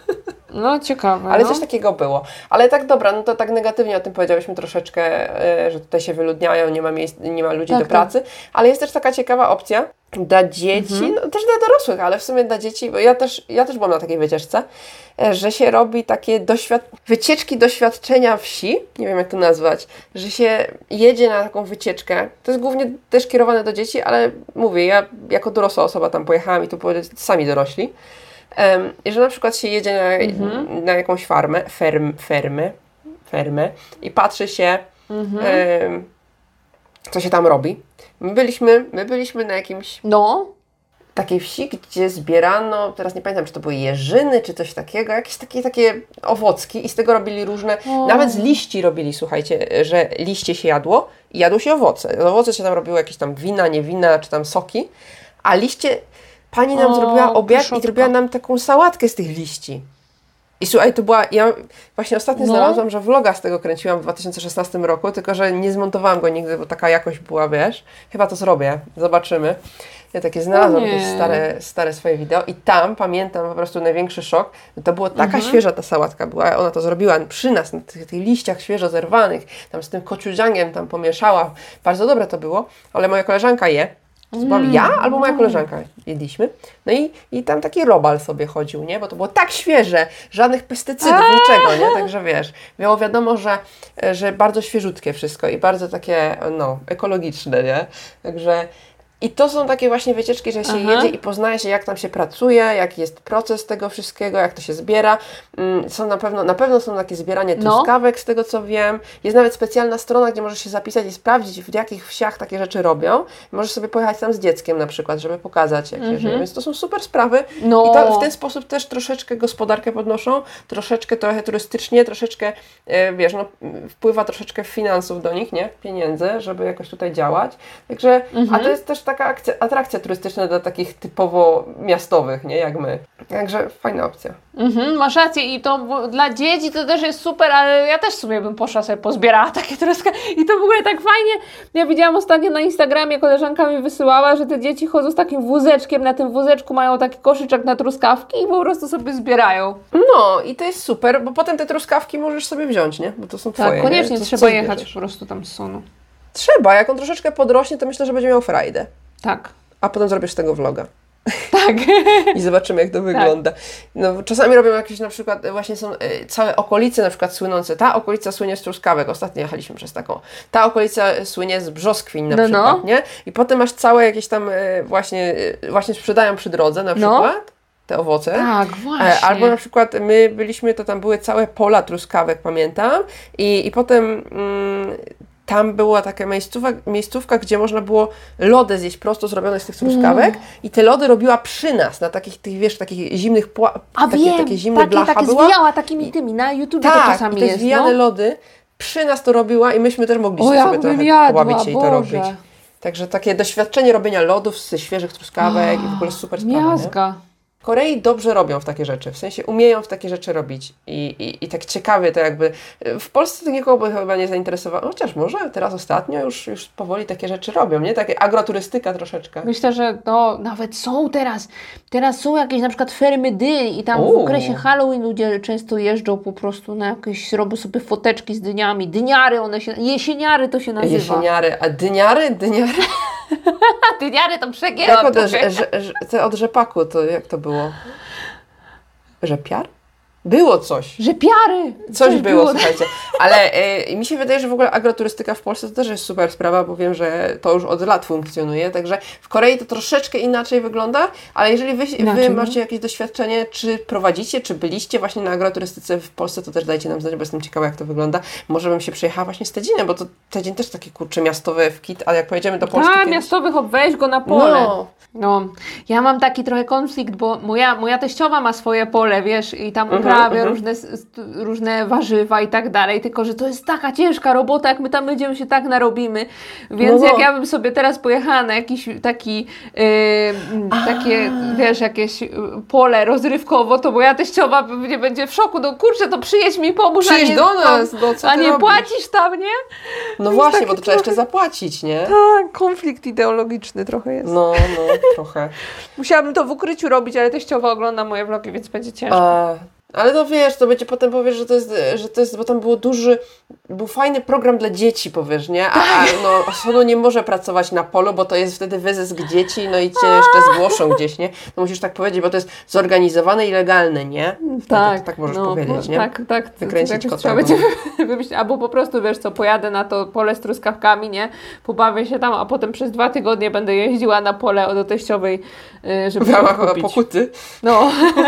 No ciekawe. Ale no. coś takiego było. Ale tak dobra, no to tak negatywnie o tym powiedziałyśmy troszeczkę, że tutaj się wyludniają, nie ma miejsc, nie ma ludzi tak, do pracy, tak. ale jest też taka ciekawa opcja dla dzieci, mhm. no też dla dorosłych, ale w sumie dla dzieci, bo ja też, ja też byłam na takiej wycieczce, że się robi takie doświad- wycieczki doświadczenia wsi, nie wiem jak to nazwać, że się jedzie na taką wycieczkę, to jest głównie też kierowane do dzieci, ale mówię, ja jako dorosła osoba tam pojechałam i tu sami dorośli, Um, i że na przykład się jedzie na, mhm. na jakąś farmę, ferm, fermę, fermę i patrzy się, mhm. um, co się tam robi. My byliśmy, my byliśmy na jakimś... No. takiej wsi, gdzie zbierano, teraz nie pamiętam, czy to były jeżyny, czy coś takiego, jakieś takie, takie owocki i z tego robili różne, o. nawet z liści robili, słuchajcie, że liście się jadło i jadło się owoce. Z owoce się tam robiło jakieś tam wina, nie wina, czy tam soki, a liście, pani nam o, zrobiła obiad i zrobiła nam taką sałatkę z tych liści. I słuchaj, to była, ja właśnie ostatnio no. znalazłam, że vloga z tego kręciłam w dwa tysiące szesnastym roku, tylko że nie zmontowałam go nigdy, bo taka jakość była, wiesz, chyba to zrobię, zobaczymy. Ja takie znalazłam jakieś stare, stare swoje wideo i tam pamiętam po prostu największy szok, to była taka mhm. świeża ta sałatka była, ona to zrobiła przy nas, na tych, tych liściach świeżo zerwanych, tam z tym kociudziangiem tam pomieszała, bardzo dobre to było, ale moja koleżanka je, Mm. ja albo moja koleżanka jedliśmy. No i, i tam taki robal sobie chodził, nie? Bo to było tak świeże, żadnych pestycydów, Aaaa! niczego, nie? Także wiesz, było wiadomo, że, że bardzo świeżutkie wszystko i bardzo takie, no, ekologiczne, nie? Także i to są takie właśnie wycieczki, że się Aha. jedzie i poznaje się, jak tam się pracuje, jaki jest proces tego wszystkiego, jak to się zbiera. Są na pewno, na pewno są takie zbieranie truskawek, no. z tego co wiem. Jest nawet specjalna strona, gdzie możesz się zapisać i sprawdzić, w jakich wsiach takie rzeczy robią. Możesz sobie pojechać tam z dzieckiem na przykład, żeby pokazać, jak mm-hmm. się żyje. Więc to są super sprawy. No. I to w ten sposób też troszeczkę gospodarkę podnoszą, troszeczkę trochę turystycznie, troszeczkę, wiesz, no, wpływa troszeczkę finansów do nich, nie? Pieniędzy, żeby jakoś tutaj działać. Także, mm-hmm. a to jest też taka akcja, atrakcja turystyczna dla takich typowo miastowych, nie? Jak my. Także fajna opcja. Mhm, masz rację i to dla dzieci to też jest super, ale ja też w sumie bym poszła sobie pozbierała takie truskawki i to w ogóle tak fajnie. Ja widziałam ostatnio na Instagramie, koleżanka mi wysyłała, że te dzieci chodzą z takim wózeczkiem, na tym wózeczku mają taki koszyczek na truskawki i po prostu sobie zbierają. No i to jest super, bo potem te truskawki możesz sobie wziąć, nie? Bo to są twoje. Tak, koniecznie to, trzeba jechać bierzesz? Po prostu tam z Sonu. Trzeba, jak on troszeczkę podrośnie, to myślę, że będzie miał frajdę. Tak. A potem zrobisz z tego vloga. Tak. I zobaczymy, jak to wygląda. No, czasami robią jakieś na przykład, właśnie są y, całe okolice na przykład słynące. Ta okolica słynie z truskawek. Ostatnio jechaliśmy przez taką. Ta okolica słynie z brzoskwiń na no, przykład, no. nie? I potem masz całe jakieś tam y, właśnie, y, właśnie sprzedają przy drodze na przykład. No. Te owoce. Tak, właśnie. Albo na przykład my byliśmy, to tam były całe pola truskawek, pamiętam. I, i potem... Mm, tam była taka miejscówka, miejscówka, gdzie można było lody zjeść prosto zrobione z tych truskawek mm. i te lody robiła przy nas, na takich, tych, wiesz, takich zimnych pła- A takie, wiem, takie zimne takie, blacha takie była. zwijała takimi tymi, na YouTubie tak, to czasami i te jest. zwijane no. lody przy nas to robiła i myśmy też mogliśmy o, sobie trochę jadła, pobawić się i to robić. Także takie doświadczenie robienia lodów ze świeżych truskawek oh, i w ogóle super sprawa. Miazga. W Korei dobrze robią w takie rzeczy, w sensie umieją w takie rzeczy robić i, i, i tak ciekawie to jakby, w Polsce to nikogo by chyba nie zainteresowało, chociaż może teraz ostatnio już, już powoli takie rzeczy robią, nie? Takie agroturystyka troszeczkę. Myślę, że no nawet są teraz, teraz są jakieś na przykład fermy dyń i tam Uuu. w okresie Halloween ludzie często jeżdżą po prostu na jakieś, robią sobie foteczki z dyniami, dyniary one się, jesieniary to się nazywa. Jesieniary, a dyniary? Dyniary? Dyniary to przegięłam. Jak od, że, że, że, od rzepaku to jak to było? Rzepiar? Było coś. Rzepiary! Coś, coś było, było, słuchajcie. Ale y, mi się wydaje, że w ogóle agroturystyka w Polsce to też jest super sprawa, bo wiem, że to już od lat funkcjonuje, także w Korei to troszeczkę inaczej wygląda, ale jeżeli wy, wy macie jakieś doświadczenie, czy prowadzicie, czy byliście właśnie na agroturystyce w Polsce, to też dajcie nam znać, bo jestem ciekawa, jak to wygląda. Może bym się przejechała właśnie z Tedzinem, bo to Tedzin też taki kurczę miastowy w kit, ale jak pojedziemy do Polski... Tak, miastowych, obwejść go na pole. No. No, ja mam taki trochę konflikt, bo moja, moja teściowa ma swoje pole, wiesz, i tam uprawia uh-huh, różne, uh-huh. różne warzywa i tak dalej, tylko że to jest taka ciężka robota, jak my tam będziemy się tak narobimy, więc no, jak no. ja bym sobie teraz pojechała na jakiś taki, yy, takie, wiesz, jakieś pole rozrywkowo, to moja teściowa pewnie będzie w szoku, no kurczę, to przyjedź mi pomóż, przyjedź a nie, do nas, no, co a nie robisz? Płacisz tam, nie? No to właśnie, bo to trzeba jeszcze zapłacić, nie? Tak, konflikt ideologiczny trochę jest. No, no. Trochę. Musiałabym to w ukryciu robić, ale teściowa ogląda moje vlogi, więc będzie ciężko. A, ale to wiesz, to będzie potem powiesz, że to jest, że to jest, bo tam było duży, był fajny program dla dzieci, powiesz, nie? A, a no, Sonu nie może pracować na polu, bo to jest wtedy wyzysk dzieci, no i cię jeszcze zgłoszą gdzieś, nie? No musisz tak powiedzieć, bo to jest zorganizowane i legalne, nie? Tak. To, tak możesz no, powiedzieć, nie? Tak, tak. Wykręcić kota. Trzeba będzie wymyślić, albo po prostu, wiesz co, pojadę na to pole z truskawkami, nie? Pobawię się tam, a potem przez dwa tygodnie będę jeździła na pole do teściowej, żeby w ramach pokuty. No.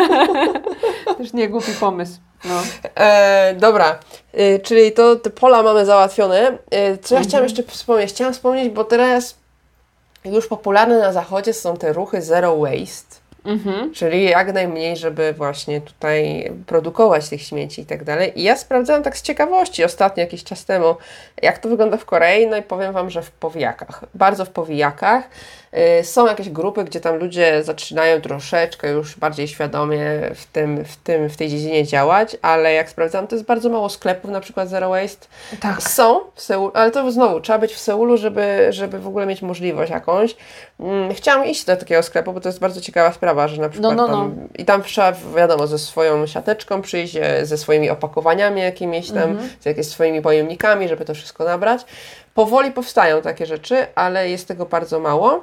Też nie głupi pomysł. No. E, dobra, e, czyli to te pola mamy załatwione. E, co ja mhm. chciałam jeszcze wspomnieć? Chciałam wspomnieć, bo teraz już popularne na zachodzie są te ruchy zero waste. Mhm. Czyli jak najmniej, żeby właśnie tutaj produkować tych śmieci i tak dalej. I ja sprawdzałam tak z ciekawości ostatnio, jakiś czas temu, jak to wygląda w Korei, no i powiem Wam, że w powijakach, bardzo w powijakach. Yy, są jakieś grupy, gdzie tam ludzie zaczynają troszeczkę już bardziej świadomie w, tym, w, tym, w tej dziedzinie działać, ale jak sprawdzałam, to jest bardzo mało sklepów, na przykład Zero Waste. Tak. Są w Seulu, ale to znowu, trzeba być w Seulu, żeby, żeby w ogóle mieć możliwość jakąś. Hmm, chciałam iść do takiego sklepu, bo to jest bardzo ciekawa sprawa, że na przykład no, no, no. tam, i tam trzeba, wiadomo, ze swoją siateczką przyjść, ze swoimi opakowaniami jakimiś tam, mhm. z jakimiś swoimi pojemnikami, żeby to wszystko nabrać. Powoli powstają takie rzeczy, ale jest tego bardzo mało.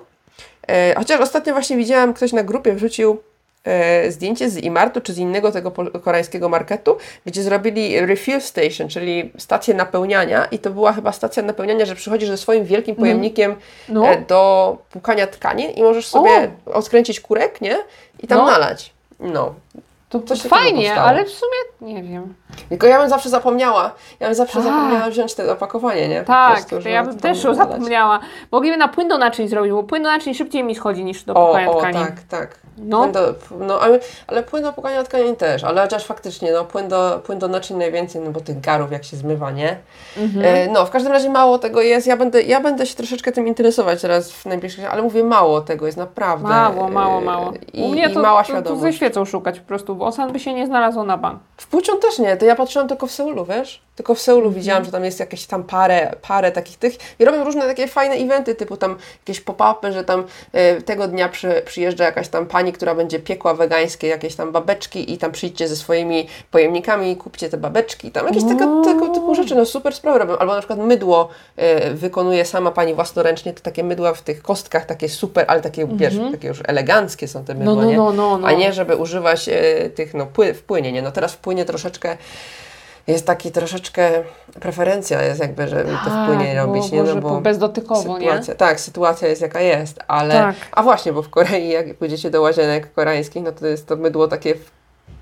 E, chociaż ostatnio właśnie widziałam, ktoś na grupie wrzucił e, zdjęcie z Imartu, czy z innego tego koreańskiego marketu, gdzie zrobili refill station, czyli stację napełniania i to była chyba stacja napełniania, że przychodzisz ze swoim wielkim pojemnikiem no. e, do płukania tkanin i możesz sobie o. odkręcić kurek, nie? I tam no. nalać. No. To coś fajnie, ale w sumie nie wiem. Tylko ja bym zawsze zapomniała. Ja bym zawsze tak. zapomniała wziąć te opakowanie, nie? Po tak, prostu, to ja bym też zapomniała. Mogliby na płyn do naczyń zrobić, bo płyn do naczyń szybciej mi schodzi niż do płukania o, tkanin. O, tak, tak. No. Płyn do, no ale, ale płyn do płukania tkanin też, ale chociaż faktycznie, no płyn do, płyn do naczyń najwięcej, no bo tych garów jak się zmywa, nie? Mhm. E, no, w każdym razie mało tego jest. Ja będę, ja będę się troszeczkę tym interesować teraz w najbliższych, ale mówię mało tego jest naprawdę. Mało, mało, mało. I, U mnie i to, mała to, świadomość. to ze świecą szukać po prostu, bo osan by się nie znalazł na bank. W Pucią też nie, to ja patrzyłam tylko w Seulu, wiesz? Tylko w Seulu mm-hmm. widziałam, że tam jest jakieś tam parę, parę takich tych i robią różne takie fajne eventy, typu tam jakieś pop-upy, że tam y, tego dnia przy, przyjeżdża jakaś tam pani, która będzie piekła wegańskie jakieś tam babeczki i tam przyjdźcie ze swoimi pojemnikami i kupcie te babeczki. Tam jakieś tego, tego typu rzeczy, no super sprawy robią. Albo na przykład mydło y, wykonuje sama pani własnoręcznie, to takie mydła w tych kostkach, takie super, ale takie, mm-hmm. wiesz, takie już eleganckie są te mydła, no, no, nie? No, no, no. A nie, żeby używać y, tych, no pły, w płynie, nie? No teraz w płynie troszeczkę jest taki troszeczkę preferencja jest jakby, żeby to w płynie robić, nie? No bo bezdotykowo, sytuacja, nie? Tak, sytuacja jest jaka jest, ale... Tak. A właśnie, bo w Korei jak pójdziecie do łazienek koreańskich, no to jest to mydło takie w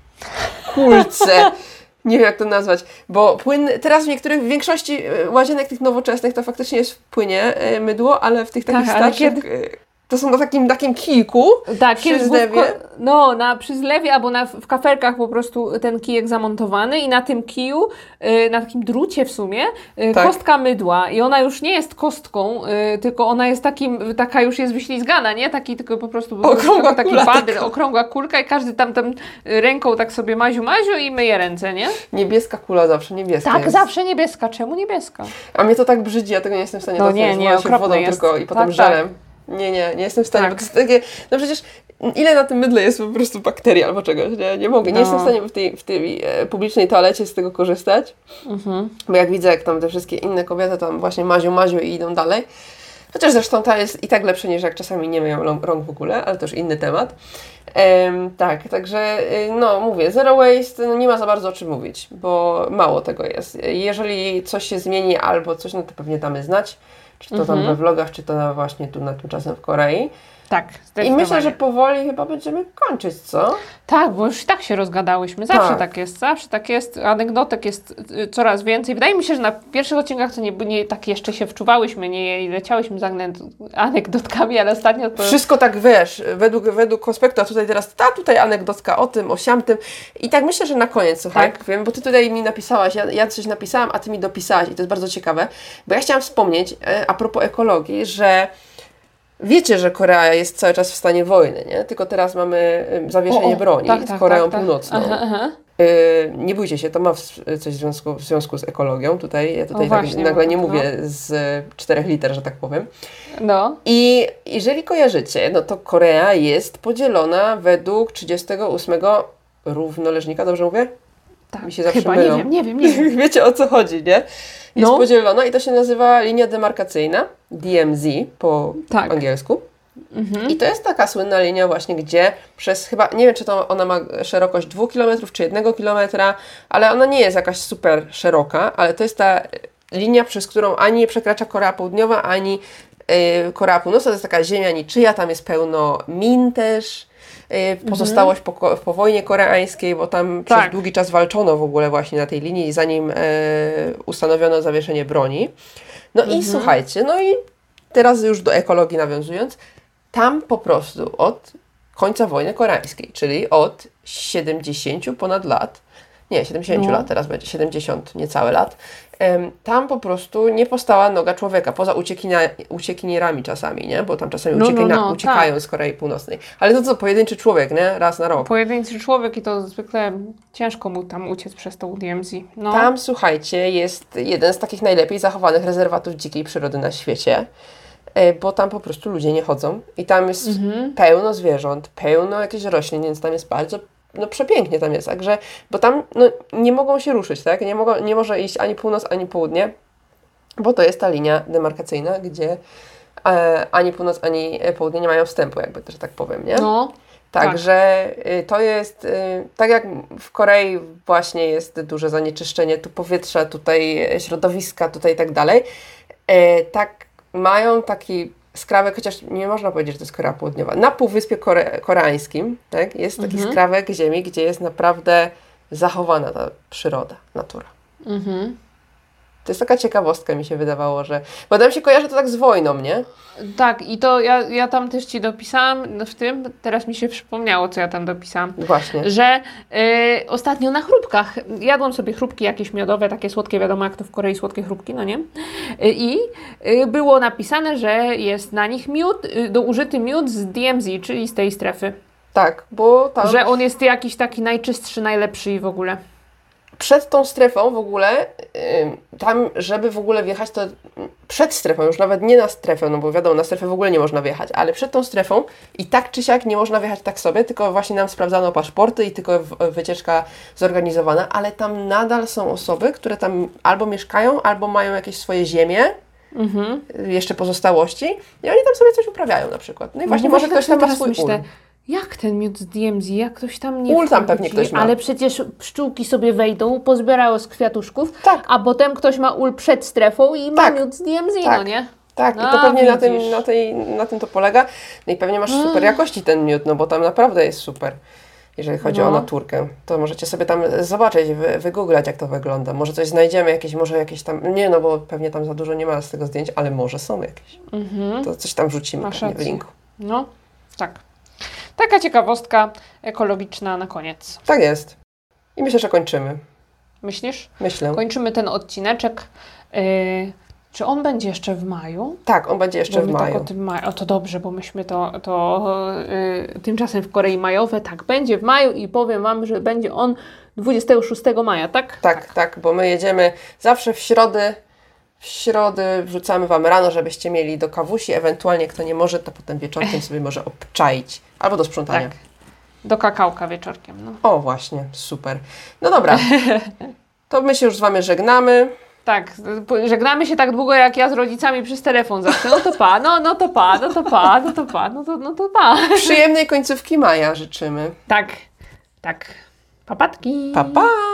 kulce. Nie wiem jak to nazwać, bo płyn, teraz w niektórych, w większości łazienek tych nowoczesnych to faktycznie jest w płynie mydło, ale w tych takich tak, starszych... Kiedy... To są na takim, takim kijku tak, przy zlewie. No, na, przy zlewie albo na, w kafelkach po prostu ten kijek zamontowany i na tym kiju, yy, na takim drucie w sumie, yy, tak. kostka mydła i ona już nie jest kostką, yy, tylko ona jest takim, taka już jest wyślizgana, nie? Taki tylko po prostu okrągła taki kula, badyl, okrągła kulka i każdy tam, tam ręką tak sobie maziu, maziu i myje ręce, nie? Niebieska kula zawsze, niebieska Tak, jest. zawsze niebieska. Czemu niebieska? A mnie to tak brzydzi, ja tego nie jestem w stanie no dotknąć. nie, nie, się wodą jest. tylko i potem tak, żelem. Tak. Nie, nie, nie jestem w stanie, tak. bo to jest takie, no przecież ile na tym mydle jest po prostu bakterii albo czegoś, nie, nie mogę, nie no. jestem w stanie w tej, w tej e, publicznej toalecie z tego korzystać, mhm. bo jak widzę, jak tam te wszystkie inne kobiety tam właśnie maziu, maziu i idą dalej, chociaż zresztą ta jest i tak lepsza niż jak czasami nie myją rąk w ogóle, ale to już inny temat. Ehm, tak, także no mówię, zero waste, no nie ma za bardzo o czym mówić, bo mało tego jest. Jeżeli coś się zmieni albo coś, no to pewnie damy znać. Czy to tam mhm. we vlogach, czy to właśnie tu na tymczasem w Korei. Tak, I myślę, że powoli chyba będziemy kończyć, co? Tak, bo już i tak się rozgadałyśmy. Zawsze tak, tak jest, zawsze tak jest. Anegdotek jest coraz więcej. Wydaje mi się, że na pierwszych odcinkach to nie, nie tak jeszcze się wczuwałyśmy, nie leciałyśmy z anegdotkami, ale ostatnio to... Wszystko tak, wiesz, według, według konspektu, a tutaj teraz ta, tutaj anegdotka o tym, o siamtym. I tak myślę, że na koniec, słuchaj, tak. wiem, bo Ty tutaj mi napisałaś, ja, ja coś napisałam, a Ty mi dopisałaś i to jest bardzo ciekawe, bo ja chciałam wspomnieć e, a propos ekologii, że wiecie, że Korea jest cały czas w stanie wojny, nie? Tylko teraz mamy zawieszenie o, o, broni tak, z tak, Koreą tak, Północną. Tak. Aha, aha. Yy, nie bójcie się, to ma coś w związku, w związku z ekologią. Tutaj ja tutaj o, tak właśnie, nagle nie mówię no. z czterech liter, że tak powiem. No. I jeżeli kojarzycie, no to Korea jest podzielona według trzydziestego ósmego równoleżnika, dobrze mówię? Tak, Mi się zawsze chyba, mylą. nie wiem, nie wiem, nie wiem. Wiecie o co chodzi, nie? Jest no. podzielona i to się nazywa linia demarkacyjna, D M Z po tak. angielsku. Mhm. I to jest taka słynna linia właśnie, gdzie przez chyba, nie wiem czy to ona ma szerokość dwóch kilometrów czy jednego kilometra, ale ona nie jest jakaś super szeroka, ale to jest ta linia, przez którą ani nie przekracza Korea Południowa, ani yy, Korea Północna, to jest taka ziemia niczyja, tam jest pełno min też, yy, pozostałość mhm. po, po wojnie koreańskiej, bo tam tak. przez długi czas walczono w ogóle właśnie na tej linii, zanim yy, ustanowiono zawieszenie broni. No mhm. i słuchajcie, no i teraz już do ekologii nawiązując, tam po prostu od końca wojny koreańskiej, czyli od siedemdziesięciu ponad lat, nie, siedemdziesiąt no. lat, teraz będzie siedemdziesiąt niecałe lat, em, tam po prostu nie postała noga człowieka, poza uciekina- uciekinierami czasami, nie? Bo tam czasami no, uciekina- no, no, uciekają tak. z Korei Północnej. Ale to co, pojedynczy człowiek, nie? Raz na rok. Pojedynczy człowiek i to zwykle ciężko mu tam uciec przez to D M Z. No. Tam, słuchajcie, jest jeden z takich najlepiej zachowanych rezerwatów dzikiej przyrody na świecie, bo tam po prostu ludzie nie chodzą i tam jest mhm. pełno zwierząt, pełno jakichś roślin, więc tam jest bardzo no przepięknie tam jest, także, bo tam no, nie mogą się ruszyć, tak? Nie, mogą, nie może iść ani północ, ani południe, bo to jest ta linia demarkacyjna, gdzie e, ani północ, ani południe nie mają wstępu, jakby, że tak powiem, nie? No. Także tak. To jest, tak jak w Korei właśnie jest duże zanieczyszczenie tu powietrza, tutaj środowiska, tutaj i tak dalej, tak mają taki skrawek, chociaż nie można powiedzieć, że to jest Korea Południowa. Na Półwyspie Kore- Koreańskim tak, jest taki mhm. skrawek ziemi, gdzie jest naprawdę zachowana ta przyroda, natura. Mhm. To jest taka ciekawostka, mi się wydawało, że... Bo tam się kojarzy to tak z wojną, nie? Tak, i to ja, ja tam też Ci dopisałam w tym, teraz mi się przypomniało, co ja tam dopisałam. Właśnie. Że y, ostatnio na chrupkach, jadłam sobie chrupki jakieś miodowe, takie słodkie, wiadomo jak to w Korei słodkie chrupki, no nie? Y, I y, było napisane, że jest na nich miód, y, do użyty miód z D M Z, czyli z tej strefy. Tak, bo tam... Że on jest jakiś taki najczystszy, najlepszy i w ogóle. Przed tą strefą w ogóle, y, tam żeby w ogóle wjechać, to przed strefą, już nawet nie na strefę, no bo wiadomo, na strefę w ogóle nie można wjechać, ale przed tą strefą i tak czy siak nie można wjechać tak sobie, tylko właśnie nam sprawdzano paszporty i tylko wycieczka zorganizowana, ale tam nadal są osoby, które tam albo mieszkają, albo mają jakieś swoje ziemie, mhm. jeszcze pozostałości i oni tam sobie coś uprawiają na przykład. No i właśnie no może ktoś tam ma swój myślę, ul. Jak ten miód z D M Z, jak ktoś tam nie ul tam pewnie ktoś ma. Ale przecież pszczółki sobie wejdą, pozbierają z kwiatuszków, tak. a potem ktoś ma ul przed strefą i tak. ma miód z D M Z, tak. no nie? Tak, no, i to pewnie na tym, na, tej, na tym to polega. No i pewnie masz super jakości ten miód, no bo tam naprawdę jest super, jeżeli chodzi no. o naturkę. To możecie sobie tam zobaczyć, wy, wygooglać jak to wygląda. Może coś znajdziemy, jakieś, może jakieś tam, nie no bo pewnie tam za dużo nie ma z tego zdjęć, ale może są jakieś. Mhm. To coś tam wrzucimy pewnie w linku. No, tak. Taka ciekawostka ekologiczna na koniec. Tak jest. I myślę, że kończymy. Myślisz? Myślę. Kończymy ten odcineczek. Yy, czy on będzie jeszcze w maju? Tak, on będzie jeszcze bo w maju. Tak o, tym maju. O to dobrze, bo myśmy to, to yy, tymczasem w Korei majowe, tak, będzie w maju i powiem Wam, że będzie on dwudziestego szóstego maja, tak? Tak, tak, tak, bo my jedziemy zawsze w środę. W środę wrzucamy Wam rano, żebyście mieli do kawusi, ewentualnie kto nie może, to potem wieczorkiem sobie może obczaić. Albo do sprzątania. Tak, do kakałka wieczorkiem. No. O, właśnie, super. No dobra, to my się już z Wami żegnamy. Tak, żegnamy się tak długo, jak ja z rodzicami przez telefon zawsze. No to pa, no, no to pa, no to pa, no to pa, no to, no to pa. Przyjemnej końcówki maja życzymy. Tak, tak. Papatki. Pa, pa.